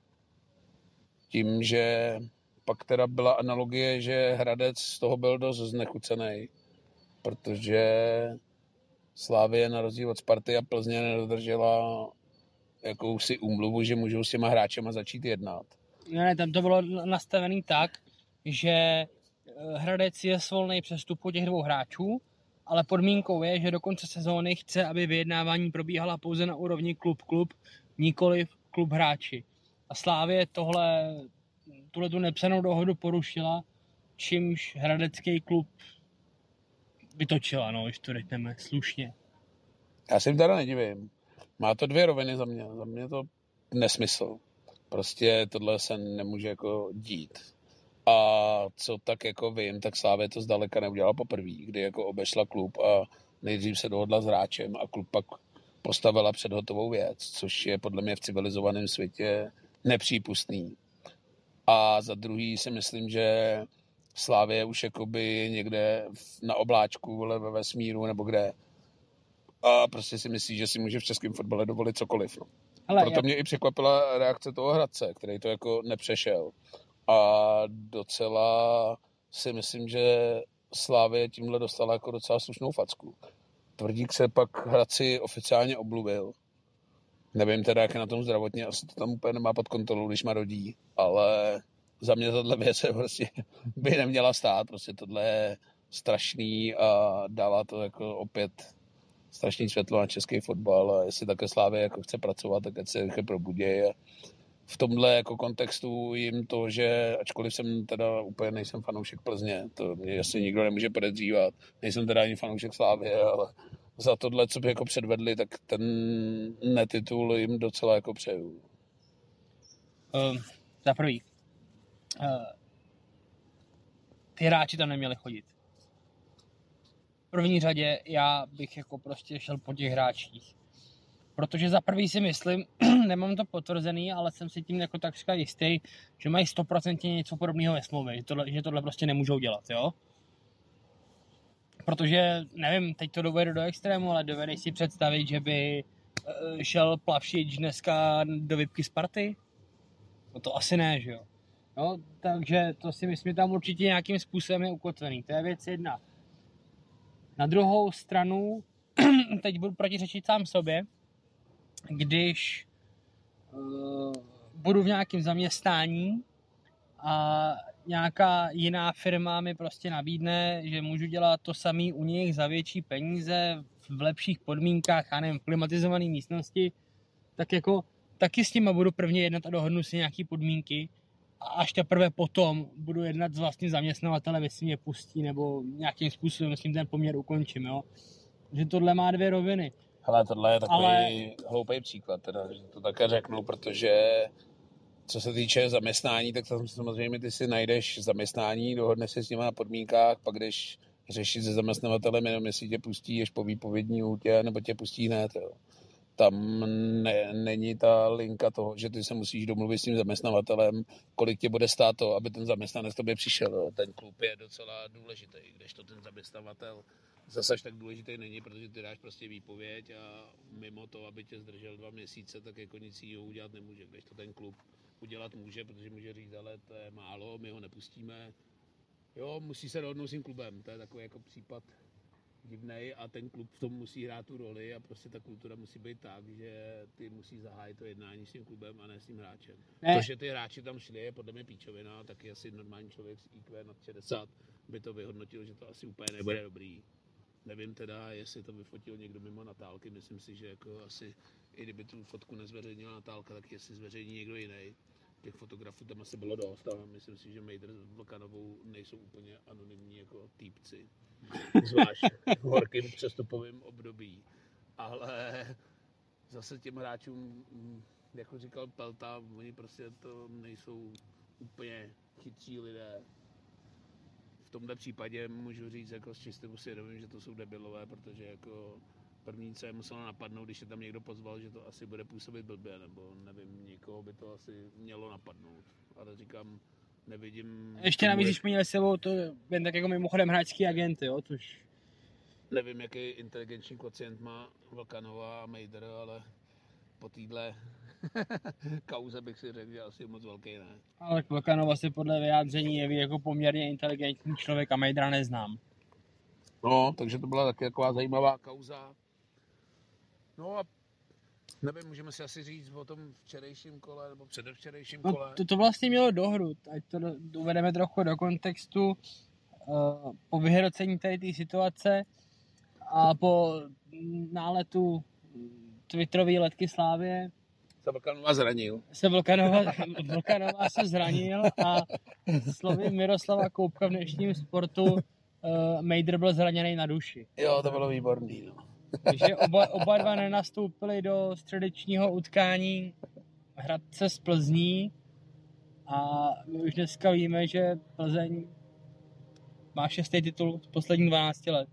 Tím, že pak teda byla analogie, že Hradec z toho byl dost znechucený, protože Slavie na rozdíl od Sparty a Plzně nedodržela jakousi úmluvu, že můžou s těma hráčema začít jednat. Ne, tam to bylo nastavený tak, že Hradec je svolný přestupu těch 2 hráčů, ale podmínkou je, že do konce sezóny chce, aby vyjednávání probíhala pouze na úrovni klub, nikoli klub hráči. A Slavie tuhletu nepsanou dohodu porušila, čímž hradecký klub vytočila, no, když to řekneme slušně. Já si jim teda nedivím. Má to 2 roviny za mě. Za mě je to nesmysl. Prostě tohle se nemůže jako dít. A co tak jako vím, tak Slavie to zdaleka neudělala poprvé, kdy jako obešla klub a nejdřív se dohodla s hráčem a klub pak postavila před hotovou věc, což je podle mě v civilizovaném světě nepřípustný. A za druhý si myslím, že Slavie už jakoby někde na obláčku, vole, ve vesmíru nebo kde. A prostě si myslí, že si může v českém fotbale dovolit cokoliv. No. Proto mě i překvapila reakce toho Hradce, který to jako nepřešel. A docela si myslím, že Slavie tímhle dostala jako docela slušnou facku. Tvrdík se pak Hradci oficiálně obluvil. Nevím teda, jak je na tom zdravotně, asi to tam úplně nemá pod kontrolou, když má rodí, ale za mě tohle věc se prostě by neměla stát, prostě tohle je strašný a dává to jako opět strašný světlo na český fotbal a jestli také Slavie jako chce pracovat, tak ať se rychle probudějí. V tomhle jako kontextu jim to, že ačkoliv jsem teda úplně nejsem fanoušek Plzně, to mě asi nikdo nemůže podezřívat, nejsem teda ani fanoušek Slavie, ale za tohle, co by jako předvedli, tak ten netitul jim docela jako přeju. Za prvý, ty hráči tam neměli chodit. V první řadě já bych jako prostě šel po těch hráčích. Protože za prvý si myslím, nemám to potvrzený, ale jsem si tím jako takřka jistý, že mají 100% něco podobného ve smlouvě, že tohle prostě nemůžou dělat, jo? Protože, nevím, teď to dovedu do extrému, ale dovedeš si představit, že by šel Plavšič dneska do VIPky Sparty? No to asi ne, že jo? No, takže to si myslím, že tam určitě nějakým způsobem je ukotvený. To je věc jedna. Na druhou stranu, teď budu protiřečit sám sobě, když budu v nějakém zaměstnání a nějaká jiná firma mi prostě nabídne, že můžu dělat to samý u nich za větší peníze, v lepších podmínkách, já nevím, v klimatizované místnosti, tak jako taky s nima budu prvně jednat a dohodnu si nějaký podmínky a až teprve potom budu jednat s vlastním zaměstnavatelem, jestli mě pustí nebo nějakým způsobem s tím ten poměr ukončím, jo. Že tohle má dvě roviny. Hele, tohle je takový hloupý příklad, teda, že to také řeknu, protože co se týče zaměstnání, tak tam samozřejmě ty si najdeš zaměstnání, dohodneš se s nimi na podmínkách, pak když řešit se zaměstnavatelem, jenom jestli tě pustí až po výpovědní lhůtě, nebo tě pustí hned. Jo. Tam není ta linka toho, že ty se musíš domluvit s tím zaměstnavatelem, kolik tě bude stát to, aby ten zaměstnanec tobě přišel. Jo. Ten klub je docela důležitý, kdežto ten zaměstnavatel zase tak důležitý není, protože ty dáš prostě výpověď a mimo to, aby tě zdržel 2 měsíce, tak jako nic jiného udělat nemůže. Kdežto ten klub udělat může, protože může říct, ale to je málo, my ho nepustíme. Jo, musí se dohodnout s tím klubem, to je takový jako případ divnej a ten klub v tom musí hrát tu roli a prostě ta kultura musí být tak, že ty musí zahájit to jednání s tím klubem a ne s tím hráčem. To, že ty hráči tam šli, je podle mě píčovina, taky asi normální člověk s IQ nad 60 by to vyhodnotil, že to asi úplně nebude dobrý. Nevím teda, jestli to vyfotil někdo mimo Natálky, myslím si, že jako asi, i kdyby tu fotku nezveřejnila Natálka, tak jestli zveřejní někdo jiný. Těch fotografů tam asi bylo dost a myslím si, že Mejdr s Vlkanovou nejsou úplně anonymní jako týpci. Zvlášť v horkým přestupovém období. Ale zase těm hráčům, jako říkal Pelta, oni prostě to nejsou úplně chytří lidé. V tomhle případě můžu říct jako s čistým svědomím, že to jsou debilové, protože jako první, co je muselo napadnout, když je tam někdo pozval, že to asi bude působit blbě, nebo nevím, někoho by to asi mělo napadnout. Ale říkám, nevidím... Ještě navíc, když měli s sebou to jen tak jako mimochodem hráčský agenty, jo, což... Nevím, jaký inteligenční kocient má Vlkanova a Mejdr, ale po téhle kauze bych si řekl, že asi moc velký ne. Ale Vlkanova se podle vyjádření jeví jako poměrně inteligentní člověk a Mejdra neznám. No, takže to byla taky taková zajímavá kauza. No a nevím, můžeme si asi říct o tom včerejším kole nebo předevčerejším kole. To vlastně mělo dohru, ať to uvedeme trochu do kontextu. Po vyhrocení tady té situace a po náletu Twitterový letky Slávie se Vlkanova zranil. Vlkanova se zranil a slovy Miroslava Koubka v dnešním sportu Mejdr byl zraněný na duši. Jo, to bylo výborný. No. Takže oba dva nenastoupili do středečního utkání Hradce z Plzní a my už dneska víme, že Plzeň má 6. titul z posledních 12 let.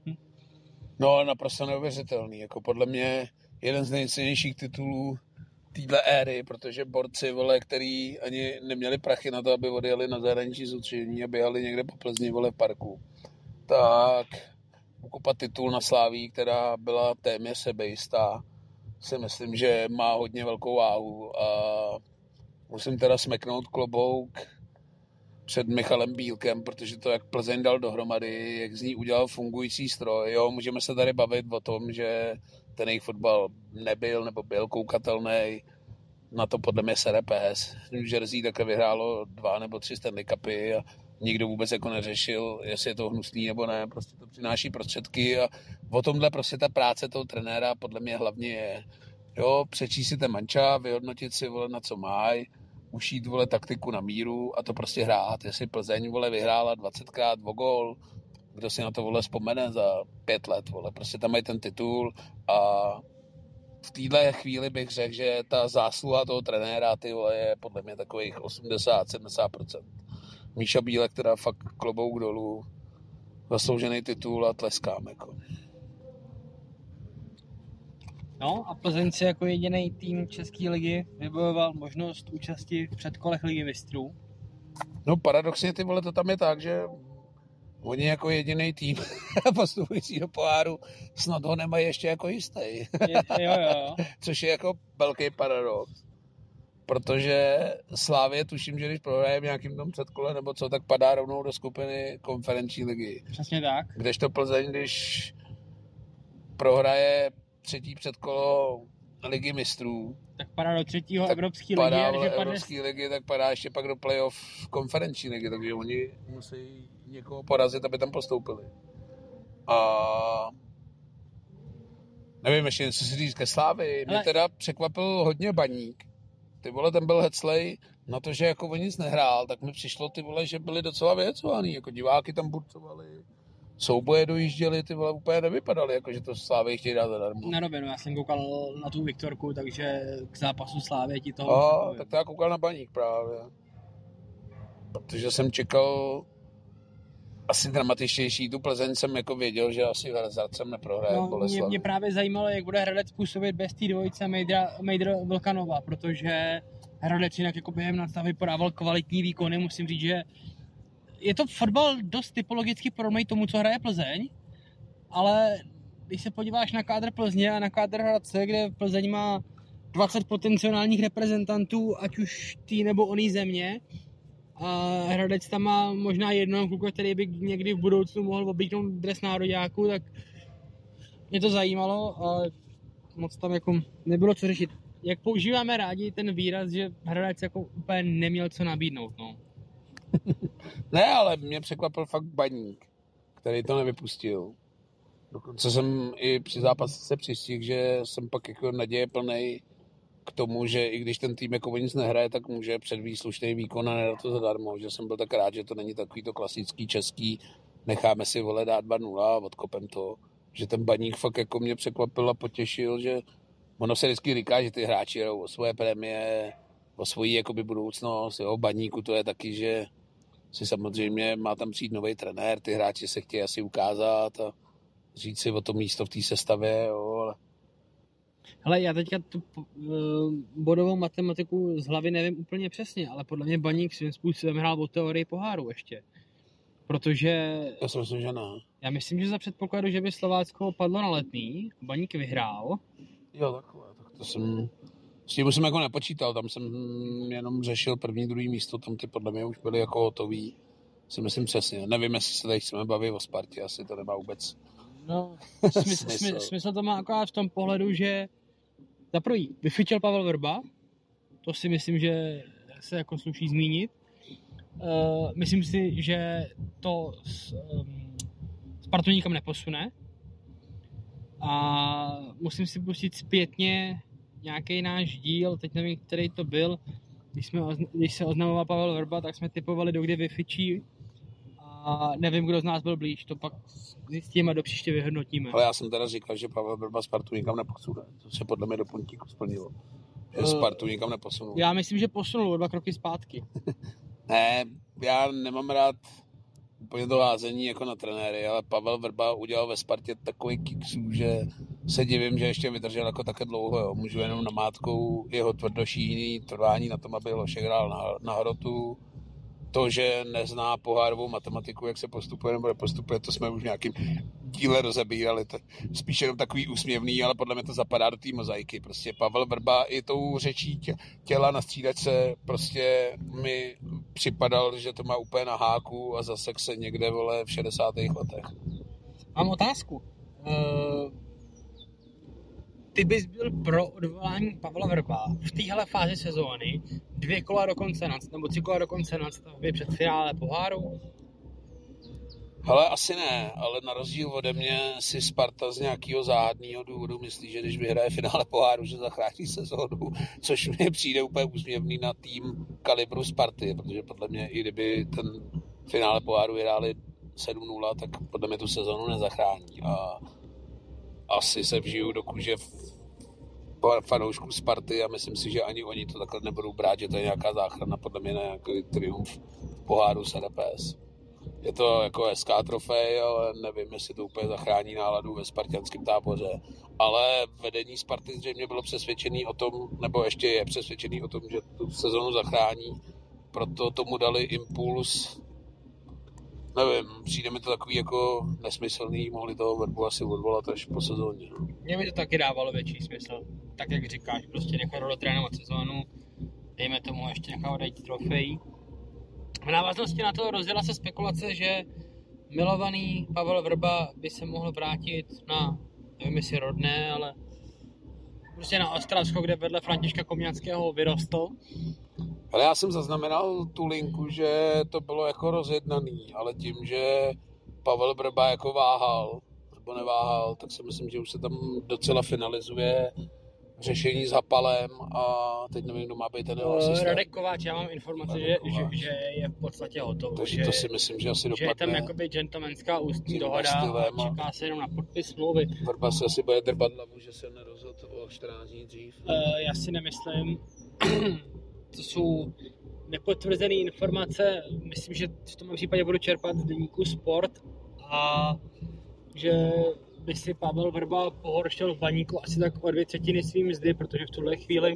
No, naprosto neuvěřitelný. Jako podle mě jeden z nejcennějších titulů téhle éry, protože borci, vole, který ani neměli prachy na to, aby odjeli na zahraničí soustředění a běhali někde po Plzni, vole, v parku, tak ukupat titul na Sláví, která byla téměř sebejistá, si myslím, že má hodně velkou váhu a musím teda smeknout klobouk před Michalem Bílkem, protože to, jak Plzeň dal dohromady, jak z ní udělal fungující stroj. Jo, můžeme se tady bavit o tom, že ten jejich fotbal nebyl nebo byl koukatelný. Na to podle mě sere pes. V Jersey také vyhrálo 2 nebo 3 Stanley Cupy a nikdo vůbec jako neřešil, jestli je to hnusný nebo ne. Prostě to přináší prostředky a o tomhle prostě ta práce toho trenéra podle mě hlavně je. Jo, přečíst si ten manča, vyhodnotit si, vole, na co mají, ušít, vole, taktiku na míru a to prostě hrát. Jestli Plzeň, vole, vyhrála 20krát o gól, kdo si na to, vole, vzpomene za 5 let, vole. Prostě tam mají ten titul a v téhle chvíli bych řekl, že ta zásluha toho trenéra, ty vole, je podle mě takových 80-70%. Míša Bílek teda fakt klobouk dolů, zasloužený titul a tleskám, jako. No a Plzeň si jako jediný tým České ligy vybojoval možnost účasti v předkolech Ligy mistrů. No paradoxně, ty vole, to tam je tak, že oni jako jediný tým postupující do poháru snad ho nemají ještě jako jistý. Jo. Což je jako velký paradox. Protože Slávě tuším, že když prohraje v nějakým tom předkole nebo co, tak padá rovnou do skupiny konferenční ligy. Přesně tak. Kdežto Plzeň, když prohraje 3. předkolo Ligy mistrů, tak padá do 3. Evropské ligy. Evropské ligy, tak padá ještě pak do playoff konferenční ligy, takže oni musí někoho porazit, aby tam postoupili. A nevím ještě, co si říct ke Slávii. Mě teda překvapil hodně Baník. Ty vole, ten byl heclej na to, že jako o nic nehrál, tak mi přišlo, ty vole, že byli docela vyhecovaný, jako diváky tam burcovali, souboje dojížděli, ty vole, úplně nevypadaly, jako že to Slávy chtějí dát zadarmo. Na rovinu, já jsem koukal na tu Viktorku, takže k zápasu Slávy ti toho... Tak to já koukal na Baník právě. Protože jsem čekal asi dramatičtější, tu Plzeň jsem jako věděl, že asi Hradcem neprohraje Boleslav. Mě právě zajímalo, jak bude Hradec působit bez té dvojice Mejdr Vlkanova, protože Hradec jinak jako během nadstavby podával kvalitní výkony, musím říct, že je to fotbal dost typologicky podobný tomu, co hraje Plzeň, ale když se podíváš na kádr Plzně a na kádr Hradce, kde Plzeň má 20 potenciálních reprezentantů, ať už tý nebo oný země, a Hradec tam má možná jednoho kluka, který by někdy v budoucnu mohl oblíknout dres nároďáků, tak mě to zajímalo, ale moc tam jako nebylo co řešit. Jak používáme rádi ten výraz, že Hradec jako úplně neměl co nabídnout, no. Ne, ale mě překvapil fakt Baník, který to nevypustil. Dokonce jsem i při zápase se přistihl, že jsem pak jako naděje plnej k tomu, že i když ten tým jako o nic nehraje, tak může předvést slušný výkon a nedat to zadarmo. Že jsem byl tak rád, že to není takový to klasický český, necháme si, vole, dát 2-0 a odkopem to. Že ten Baník fakt jako mě překvapil a potěšil, že ono se vždycky říká, že ty hráči jdou o svoje prémie, o svoji jakoby budoucnost. Jo, Baníku to je taky, že si samozřejmě má tam přijít nový trenér, ty hráči se chtějí asi ukázat a říct si o to místo v té sestavě, jo, ale... Hele, já teďka tu bodovou matematiku z hlavy nevím úplně přesně, ale podle mě Baník svým způsobem hrál o teorii poháru ještě. Protože... Já si myslím, že ne. Já myslím, že za předpokladu, že by Slovácko padlo na Letný, Baník vyhrál. Jo, takhle, tak to jsem... S tím jsem jako nepočítal, tam jsem jenom řešil první, druhý místo, tam ty podle mě už byly jako hotový. Si myslím přesně. Nevím, jestli se tady chceme bavit o Spartě, asi to nemá vůbec no, smysl to má akorát v tom pohledu, že za prvý vyfičel Pavel Vrba, to si myslím, že se jako sluší zmínit. Myslím si, že to Spartu nikam neposune a musím si pustit zpětně nějaký náš díl, teď nevím, který to byl, když se oznamoval Pavel Vrba, tak jsme typovali, dokdy vyfičí a nevím, kdo z nás byl blíž, to pak zjistíme a do příště vyhodnotíme. Ale já jsem teda říkal, že Pavel Vrba Spartu nikam neposune, to se podle mě do puntíku splnilo, že Spartu nikam neposunul. Já myslím, že posunul o 2 kroky zpátky. Ne, já nemám rád úplně to házení jako na trenéry, ale Pavel Vrba udělal ve Spartě takový kiksů, že se divím, že ještě vydržel jako také dlouho. Jo. Můžu jenom namátkou jeho tvrdošíjný trvání na tom, aby Hlošek hrál na hrotu. To, že nezná pohárovou matematiku, jak se postupuje nebo nepostupuje, to jsme už v nějakým díle rozebírali. To spíš jenom takový úsměvný, ale podle mě to zapadá do té mozaiky. Prostě Pavel Vrba i tou řečí těla na střídačce prostě mi připadal, že to má úplně na háku a zasek se někde, vole, v 60. letech. Mám otázku. Ty bys byl pro odvolání Pavla Vrba v téhle fázi sezóny 2 kola do konce nebo 3 kola do konce nadstavby před finále poháru? Hele, asi ne, ale na rozdíl ode mě si Sparta z nějakého záhadného důvodu myslí, že když vyhraje finále poháru, že zachrání sezónu, což mi přijde úplně úsměvný na tým kalibru Sparty, protože podle mě i kdyby ten finále poháru vyhráli 7-0, tak podle mě tu sezónu nezachrání a asi se vžiju do kůže fanoušků Sparty a myslím si, že ani oni to takhle nebudou brát, že to je nějaká záchrana, podle mě na nějaký triumf poháru s RPS. Je to jako hezká trofej, ale nevím, jestli to úplně zachrání náladu ve spartianském táboře. Ale vedení Sparty zřejmě bylo přesvědčený o tom, nebo ještě je přesvědčený o tom, že tu sezonu zachrání. Proto tomu dali impuls. Nevím, přijde mi to takový jako nesmyslný, mohli toho Vrbu asi odvolat až po sezóně. Mně by to taky dávalo větší smysl. Tak jak říkáš, prostě nechat dotrénovat sezónu, dejme tomu ještě nechat odejít trofej. V návaznosti na to rozjela se spekulace, že milovaný Pavel Vrba by se mohl vrátit na, nevím jestli rodné, ale prostě na Ostravsko, kde vedle Františka Komňanského vyrostl. Ale já jsem zaznamenal tu linku, že to bylo jako rozjednaný, ale tím, že Pavel Vrba jako váhal, nebo neváhal, tak si myslím, že už se tam docela finalizuje řešení s Hapalem a teď nevím, kdo má být ten jeho asistent. Radek Kováč, já mám informaci, že je v podstatě hotovo. Takže to si myslím, že asi dopadne. Že je tam jakoby gentlemanská ústní dohoda a čeká se jenom na podpis smlouvy. Vrba se asi bude drbat hlavu, že se nerozhodl o 14 dní dřív. Já si nemyslím. To jsou nepotvrzené informace. Myslím, že v tom případě budu čerpat z deníku Sport a že by si Pavel Vrba pohoršil v baníku asi tak o 2/3 svým mzdy, protože v tuhle chvíli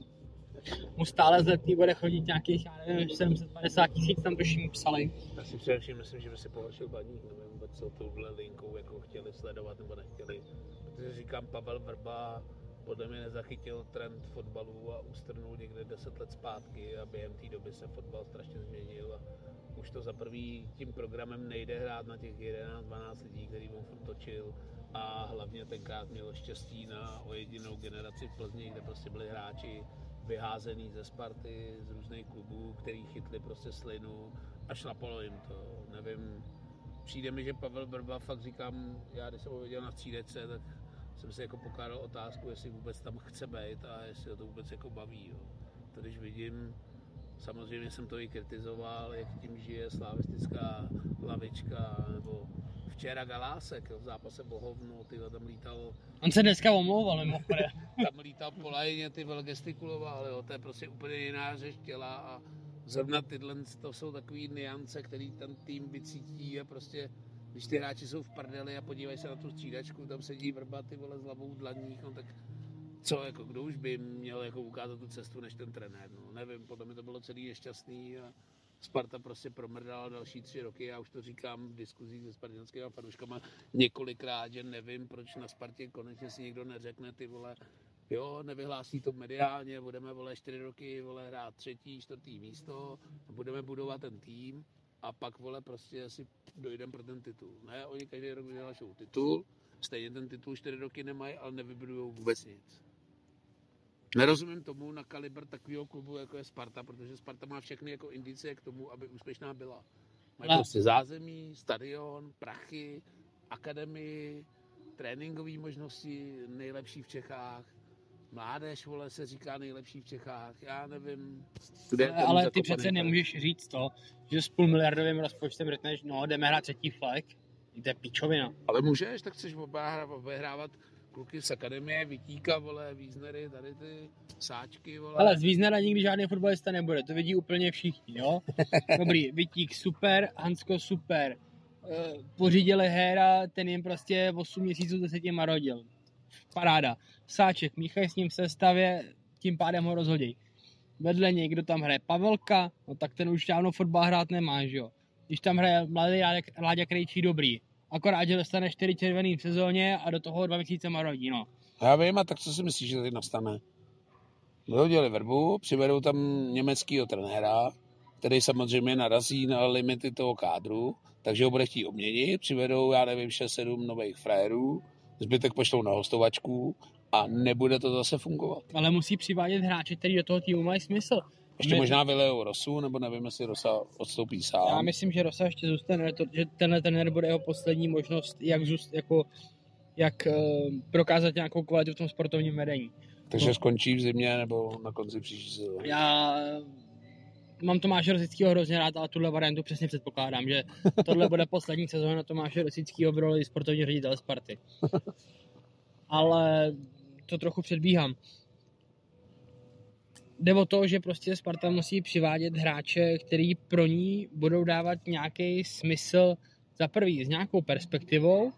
mu stále z letní bude chodit nějakých, já nevím, 750 000, tam tuším psali. Já si především myslím, že by si pohoršil baník, nevím vůbec, co touhle linkou jako chtěli sledovat nebo nechtěli. Protože říkám, Pavel Vrba podle mě nezachytil trend fotbalu a ustrnul někde 10 let zpátky a během té doby se fotbal strašně změnil a už to za prvý tím programem nejde hrát na těch 11-12 lidí, který on furt točil a hlavně tenkrát měl štěstí na ojedinou generaci v Plzni, kde prostě byli hráči vyházený ze Sparty, z různých klubů, který chytli prostě slinu a šlapalo jim to, nevím. Přijde mi, že Pavel Vrba, fakt říkám, já když jsem ho viděl na střídečce, tak jsem si jako pokládal otázku, jestli vůbec tam chce být a jestli ho to vůbec jako baví. Jo. To když vidím, samozřejmě jsem to i kritizoval, jak tím žije slavistická lavička, nebo včera Galásek v zápase Bohovnu, tyhle tam lítal. On se dneska omlouval, mimochodem. Tam lítal po lajině, ty gestikuloval, jo, to je prostě úplně jiná řeč těla a zrovna tyhle, to jsou takový nuance, který ten tým vycítí a prostě když ty hráči jsou v prdeli a podívají se na tu střídačku, tam sedí Vrba, ty vole, s hlavou v dlaních, no tak co, jako kdo už by měl jako ukázat tu cestu než ten trenér, no nevím, podle mě to bylo celý nešťastný a Sparta prostě promrdala další 3 roky, já už to říkám v diskuzích se spartanskými fanouškama několikrát, že nevím, proč na Spartě konečně si někdo neřekne, ty vole, jo, nevyhlásí to mediálně, budeme, vole, 4 roky, vole, hrát 3., 4. místo, budeme budovat ten tým a pak, vole, prostě si dojdeme pro ten titul. Ne, oni každý rok vyhlašují titul, stejně ten titul 4 roky nemají, ale nevybudujou vůbec nic. Nerozumím tomu na kalibr takového klubu, jako je Sparta, protože Sparta má všechny jako indicie k tomu, aby úspěšná byla. Mají prostě zázemí, stadion, prachy, akademii, tréninkové možnosti, nejlepší v Čechách. Mládež, vole, se říká nejlepší v Čechách, já nevím. Ale ty přece nemůžeš říct to, že s půlmiliardovým rozpočtem řekneš, no, jdeme hrát 3. flek, to je pičovina. Ale můžeš, tak chceš obehrávat kluky z akademie, Vitíka, vole, Víznery, tady ty sáčky, vole. Ale z Víznera nikdy žádný fotbalista nebude, to vidí úplně všichni, jo? Dobrý, Vitík super, Hansko super. Pořídili Héra, ten jim prostě 8 měsíců se tím marodil. paráda. Sáček, míchají s ním v sestavě, tím pádem ho rozhodí. Vedle něj, kdo tam hraje Pavelka, no tak ten už dávno fotbal hrát nemá, že jo. Když tam hraje mladý Láďa Krejčí, dobrý. Akorát, že dostane 4 červený v sezóně a do toho 2 měsíce marodí, no. Já vím, a tak co si myslíš, že tady nastane? Vyhodili Vrbu, přivedou tam německýho trenéra, který samozřejmě narazí na limity toho kádru, takže ho bude chtít obměnit, přivedou, já nevím, 6-7 nových frajerů, zbytek pošlou na hostovačku a nebude to zase fungovat. Ale musí přivádět hráče, který do toho týmu mají smysl. Ještě možná vylejou Rosu, nebo nevím, jestli Rosa odstoupí sám. Já myslím, že Rosa ještě zůstane, že tenhle trenér bude jeho poslední možnost, jak prokázat nějakou kvalitu v tom sportovním vedení. Takže skončí v zimě nebo na konci příští sezóny? Já mám Tomáše Rosického hrozně rád, ale tuhle variantu přesně předpokládám, že tohle bude poslední sezóna Tomáše Rosického v roli sportovní ředitel Sparty. Ale to trochu předbíhám. Jde o to, že prostě Sparta musí přivádět hráče, který pro ní budou dávat nějaký smysl za prvý s nějakou perspektivou,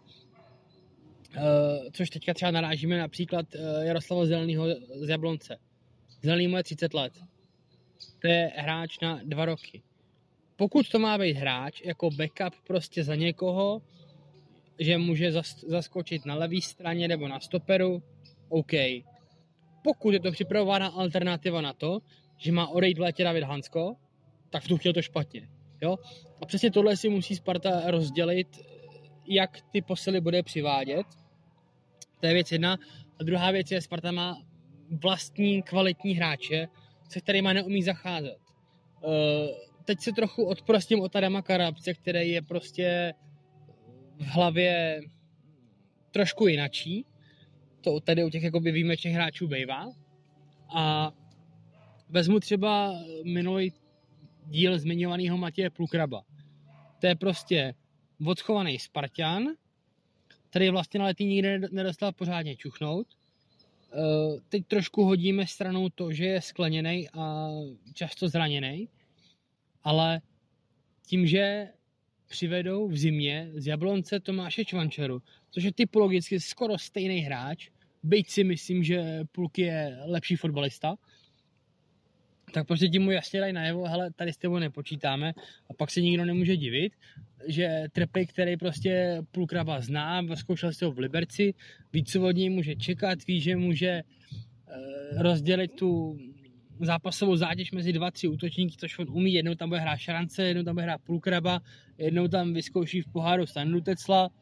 což teďka třeba narážíme například Jaroslava Zelenýho z Jablonce. Zelený mu je 30 let. To je hráč na 2 roky. Pokud to má být hráč jako backup prostě za někoho, že může zaskočit na levé straně nebo na stoperu, OK. Pokud je to připravovaná alternativa na to, že má odejít v létě David Hansko, tak v tu chvíli to špatně. Jo? A přesně tohle si musí Sparta rozdělit, jak ty posily bude přivádět. To je věc jedna. A druhá věc je, Sparta má vlastní kvalitní hráče, se kterýma neumí zacházet. Teď se trochu odprostím od Adama Karabce, který je prostě v hlavě trošku jinačí. To tady u těch jakoby výjimečných hráčů bývá. A vezmu třeba minulý díl zmiňovaného Matěje Plukraba. To je prostě odchovaný Spartan, který vlastně na letý nikdy nedostal pořádně čuchnout. Teď trošku hodíme stranou to, že je skleněnej a často zraněnej, ale tím, že přivedou v zimě z Jablonce Tomáše Čvančaru, což je typologicky skoro stejný hráč, byť si myslím, že Pulky je lepší fotbalista, tak prostě tím mu jasně dají najevo, hele, tady s tebou nepočítáme, a pak se nikdo nemůže divit, že Trpej, který prostě Pulkraba zná, zkoušel si ho v Liberci, ví, co od něj může čekat, ví, že může rozdělit tu zápasovou zátěž mezi 2-3 útočníky, což on umí, jednou tam bude hrát Šarance, jednou tam bude hrát Pulkraba, jednou tam vyzkouší v poháru Standu Tecla.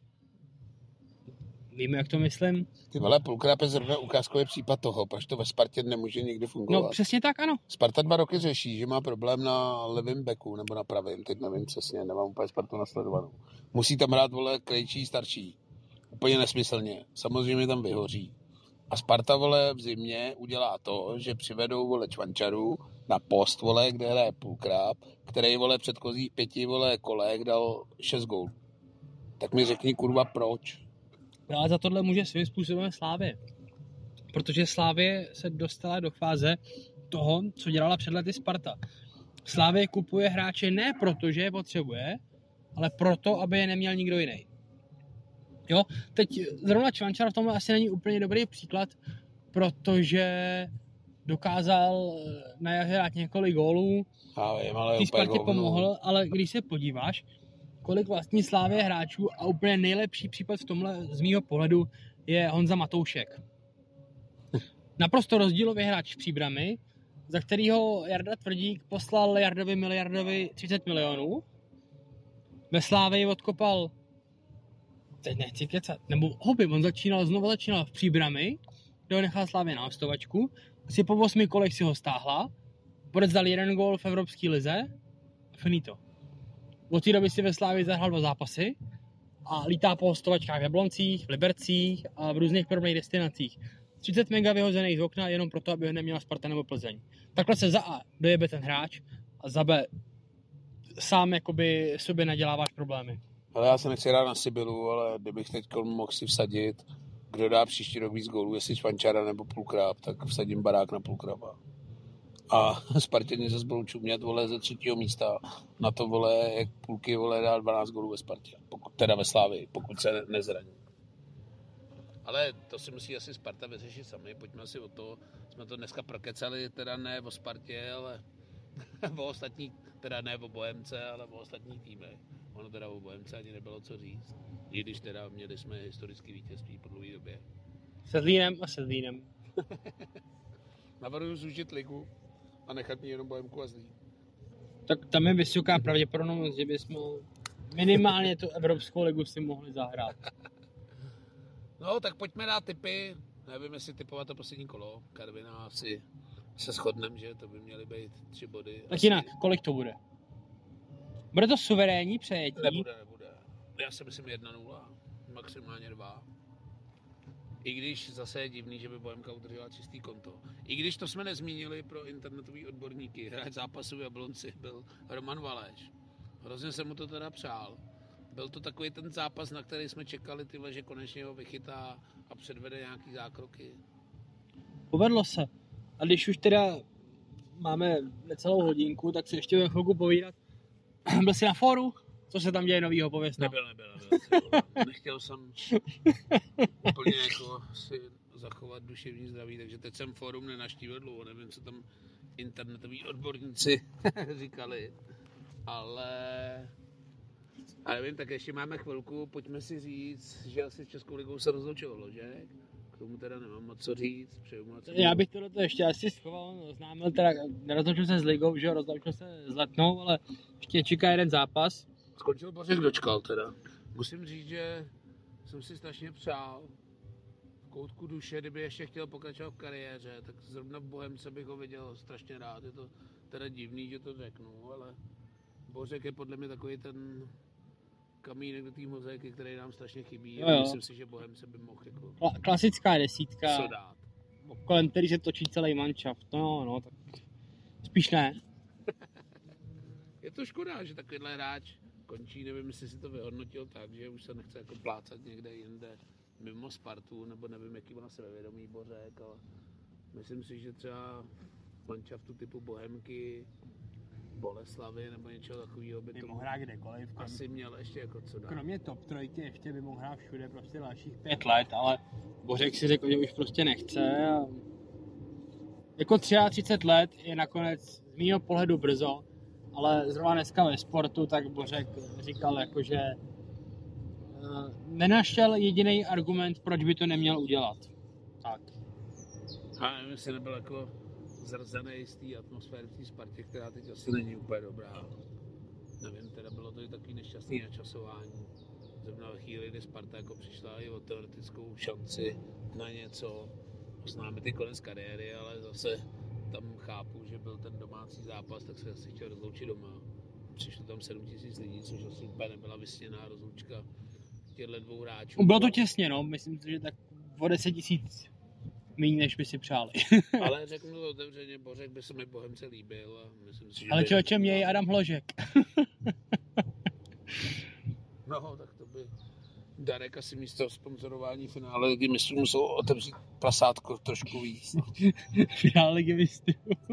Víme, jak to myslím? Ty vole, Pulkrab je zrovna ukázkový případ toho, proč to ve Spartě nemůže nikdy fungovat. No přesně tak, ano. Sparta 2 roky řeší, že má problém na levém beku nebo na pravém, teď nevím přesně, nemám úplně Spartu nasledovanou. Musí tam hrát, vole, Krejčí starší. Úplně nesmyslně. Samozřejmě tam vyhoří. A Sparta, vole, v zimě udělá to, že přivedou, vole, Čvančaru na post, vole, kde hraje Pulkrab, který, vole, předchozích 5, vole, kolek dal 6 gólů. Tak mi řekni, kurva, proč? Ale za tohle může svým způsobem Slávě. Protože Slávě se dostala do fáze toho, co dělala před lety Sparta. Slávě kupuje hráče ne proto, že je potřebuje, ale proto, aby je neměl nikdo jiný. Jo, teď zrovna Čvančar v tomhle asi není úplně dobrý příklad, protože dokázal na jaře dát několik gólů, ty Spartě pomohl, ale když se podíváš, kolik vlastní Slávě hráčů, a úplně nejlepší případ v tomhle z mýho pohledu je Honza Matoušek. Naprosto rozdílový hráč v Příbrami, za kterýho Jarda Tvrdík poslal Jardovi 30 milionů. Ve Slávii odkopal, teď nechci kecat, nebo on znovu začínal v Příbrami, kde ho nechal Slávě na hostovačku, asi po 8 kolech si ho stáhla, podal 1 gól v Evropské lize, finito. Od té doby si ve Slávii zahrál 2 zápasy a lítá po hostovačkách v Jabloncích, v Libercích a v různých podobných destinacích. 30 mega vyhozených z okna jenom proto, aby ho neměla Sparta nebo Plzeň. Takhle se za A dojebe ten hráč a za B sám jakoby sobě naděláváš problémy. Ale já se nechci hrát na Sibylu, ale kdybych teď mohl si vsadit, kdo dá příští rok víc gólů, jestli Čvančara nebo Pulkrab, tak vsadím barák na Pulkraba. A Spartěni zase budou čumět, vole, ze 3. místa na to, vole, jak Pulky, vole, dá 12 gólů ve Spartě. Teda ve Slávii, pokud se nezraní. Ale to si musí asi Sparta vyřešit sami, pojďme asi o to. Jsme to dneska prokecali, teda ne o Spartě, ale o ostatní, teda ne o Bohemce, ale o ostatních týmech. Ono teda o Bohemce ani nebylo co říct. I když teda měli jsme historický vítězství po dlouhé době. Se Zlínem. Navrhuji zúžit ligu a nechat mě jenom Bohemku a Zlín. Tak tam je vysoká pravděpodobnost, že bychom minimálně tu Evropskou ligu si mohli zahrát. No, tak pojďme dát tipy. Nevím, jestli typovat to poslední kolo. Karvina asi se shodneme, že to by měly být 3 body. Tak jinak, kolik to bude? Bude to suverénní přejetí? Nebude. Já si myslím 1-0, maximálně 2. I když zase je divný, že by Bohemka udržela čistý konto. I když to jsme nezmínili pro internetový odborníky, hráč zápasu v Jablonci byl Roman Valeš. Hrozně jsem mu to teda přál. Byl to takový ten zápas, na který jsme čekali, tyhle, že konečně ho vychytá a předvede nějaký zákroky. Povedlo se. A když už teda máme necelou hodinku, tak se ještě budeme chvilku povídat. Byl jsi na fóru? Co se tam děje novýho, pověz nám. Nebyl. Nechtěl jsem úplně jako si zachovat duševní zdraví, takže teď jsem fórum nenaštívil dlouho, nevím, co tam internetoví odborníci říkali, ale nevím, tak ještě máme chvilku, pojďme si říct, že asi s Českou ligou se rozloučovalo, že? K tomu teda nemám moc co říct, přeju moc. Já bych to ještě asi schoval, oznámil teda, nerozloučil se s ligou, že jo, rozloučil se s Letnou, ale ještě čeká jeden zápas. Skončil Bořek, dočkal teda. Musím říct, že jsem si strašně přál v koutku duše, kdyby ještě chtěl pokračovat v kariéře, tak zrovna v Bohemce bych ho viděl strašně rád. Je to teda divný, že to řeknu, ale Bořek je podle mě takový ten kamínek do té mozaiky, který nám strašně chybí. A myslím si, že Bohemce by mohl jako klasická desítka, co dát. kolem který se točí celý manšaft. No, tak spíš ne. Je to škoda, že takovýhle hráč končí, nevím, jestli si to vyhodnotil tak, že už se nechce jako plácat někde jinde mimo Spartu, nebo nevím, jaký má sebevědomí Bořek, ale myslím si, že třeba manšaftu typu Bohemky, Boleslavy nebo něčeho takového by to mohl hrát kdekoliv. Asi měl ještě jako co dát. Kromě top trojky ještě by mohl hrát všude prostě dalších 5 let, ale Bořek si řekl, že už prostě nechce. A jako 33 let je nakonec z mýho pohledu brzo, ale zrovna dneska ve sportu, tak Bořek říkal, jako, že nenašel jediný argument, proč by to neměl udělat. Tak. A nevím, jestli nebyl jako zrzený z té atmosféry v té Spartě, která teď asi není úplně dobrá. Nevím, teda bylo to i takový nešťastný načasování. Zrovna ve chvíli, kdy Sparta jako přišla i o teoretickou šanci na něco, oznámit i konec kariéry, ale zase tam chápu, že byl ten domácí zápas, tak se asi chtěl rozloučit doma. Přišlo tam 7 000 lidí, což asi úplně nebyla vysněná rozloučka těchto dvou hráčů. Bylo to těsně, no, myslím si, že tak o 10 000 méně, než by si přáli. Ale řeknu to otevřeně, Bořek by se mi Bohemce líbil a myslím si, že... Ale čem je Adam Hložek? No, tak to by Darek asi místo sponzorování finále Ligy mistrů musel otevřít prasátko trošku víc. Finále Ligy mistrů.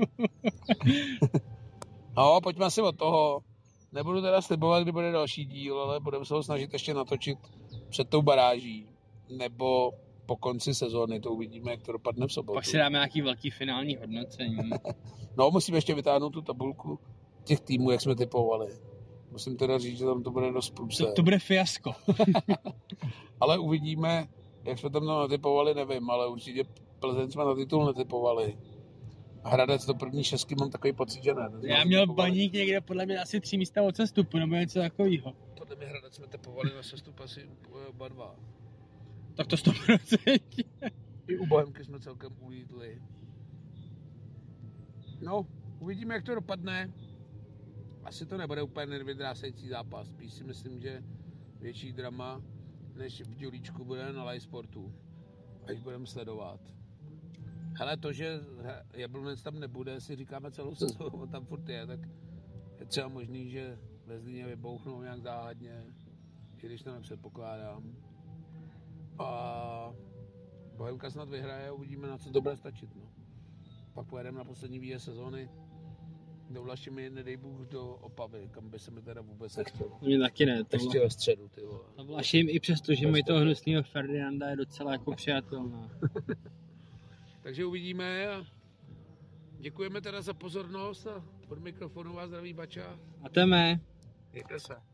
No, pojďme si od toho. Nebudu teda slibovat, kdy bude další díl, ale budeme se ho snažit ještě natočit před tou baráží. Nebo po konci sezóny, to uvidíme, jak to dopadne v sobotu. Pak si dáme nějaký velký finální hodnocení. No, musíme ještě vytáhnout tu tabulku těch týmů, jak jsme typovali. Musím teda říct, že tam to bude dost průser. To bude fiasko. Ale uvidíme, jak jsme tam natypovali, nevím, ale určitě Plzeň jsme na titul netypovali. Hradec do první šestky mám takový pocit, že ne. Já měl Baník někde podle mě asi 3 místa od sestupu, nebo něco takového. Podle mě Hradec jsme typovali na sestup asi oba dva. Tak to 100%. I u Bohemky jsme celkem ulítli. No, uvidíme, jak to dopadne. Asi to nebude úplně nervydrásající zápas. Spíš si myslím, že větší drama než v Dělíčku bude na live sportu. Až budeme sledovat. Hele, to, že Jablonec tam nebude, si říkáme celou sezónu, tam furt je, tak je třeba možný, že ve Zlíně vybouchnou nějak záhadně, i když to nepředpokládám. A Bohemka snad vyhraje a uvidíme, na co to bude stačit. No. Pak pojedeme na poslední výjezd sezóny Doulaši mi, nedej Bůh, do Opavy, kam by se mi teda vůbec nechtělo. Mě taky ne. Ještě ve středu, ty vole. To Vlaším i přesto, že mají toho hnusného Ferdinanda, je docela jako přijatelná. Takže uvidíme a děkujeme teda za pozornost a od mikrofonu vás zdraví Bača. A teme. Mějte se.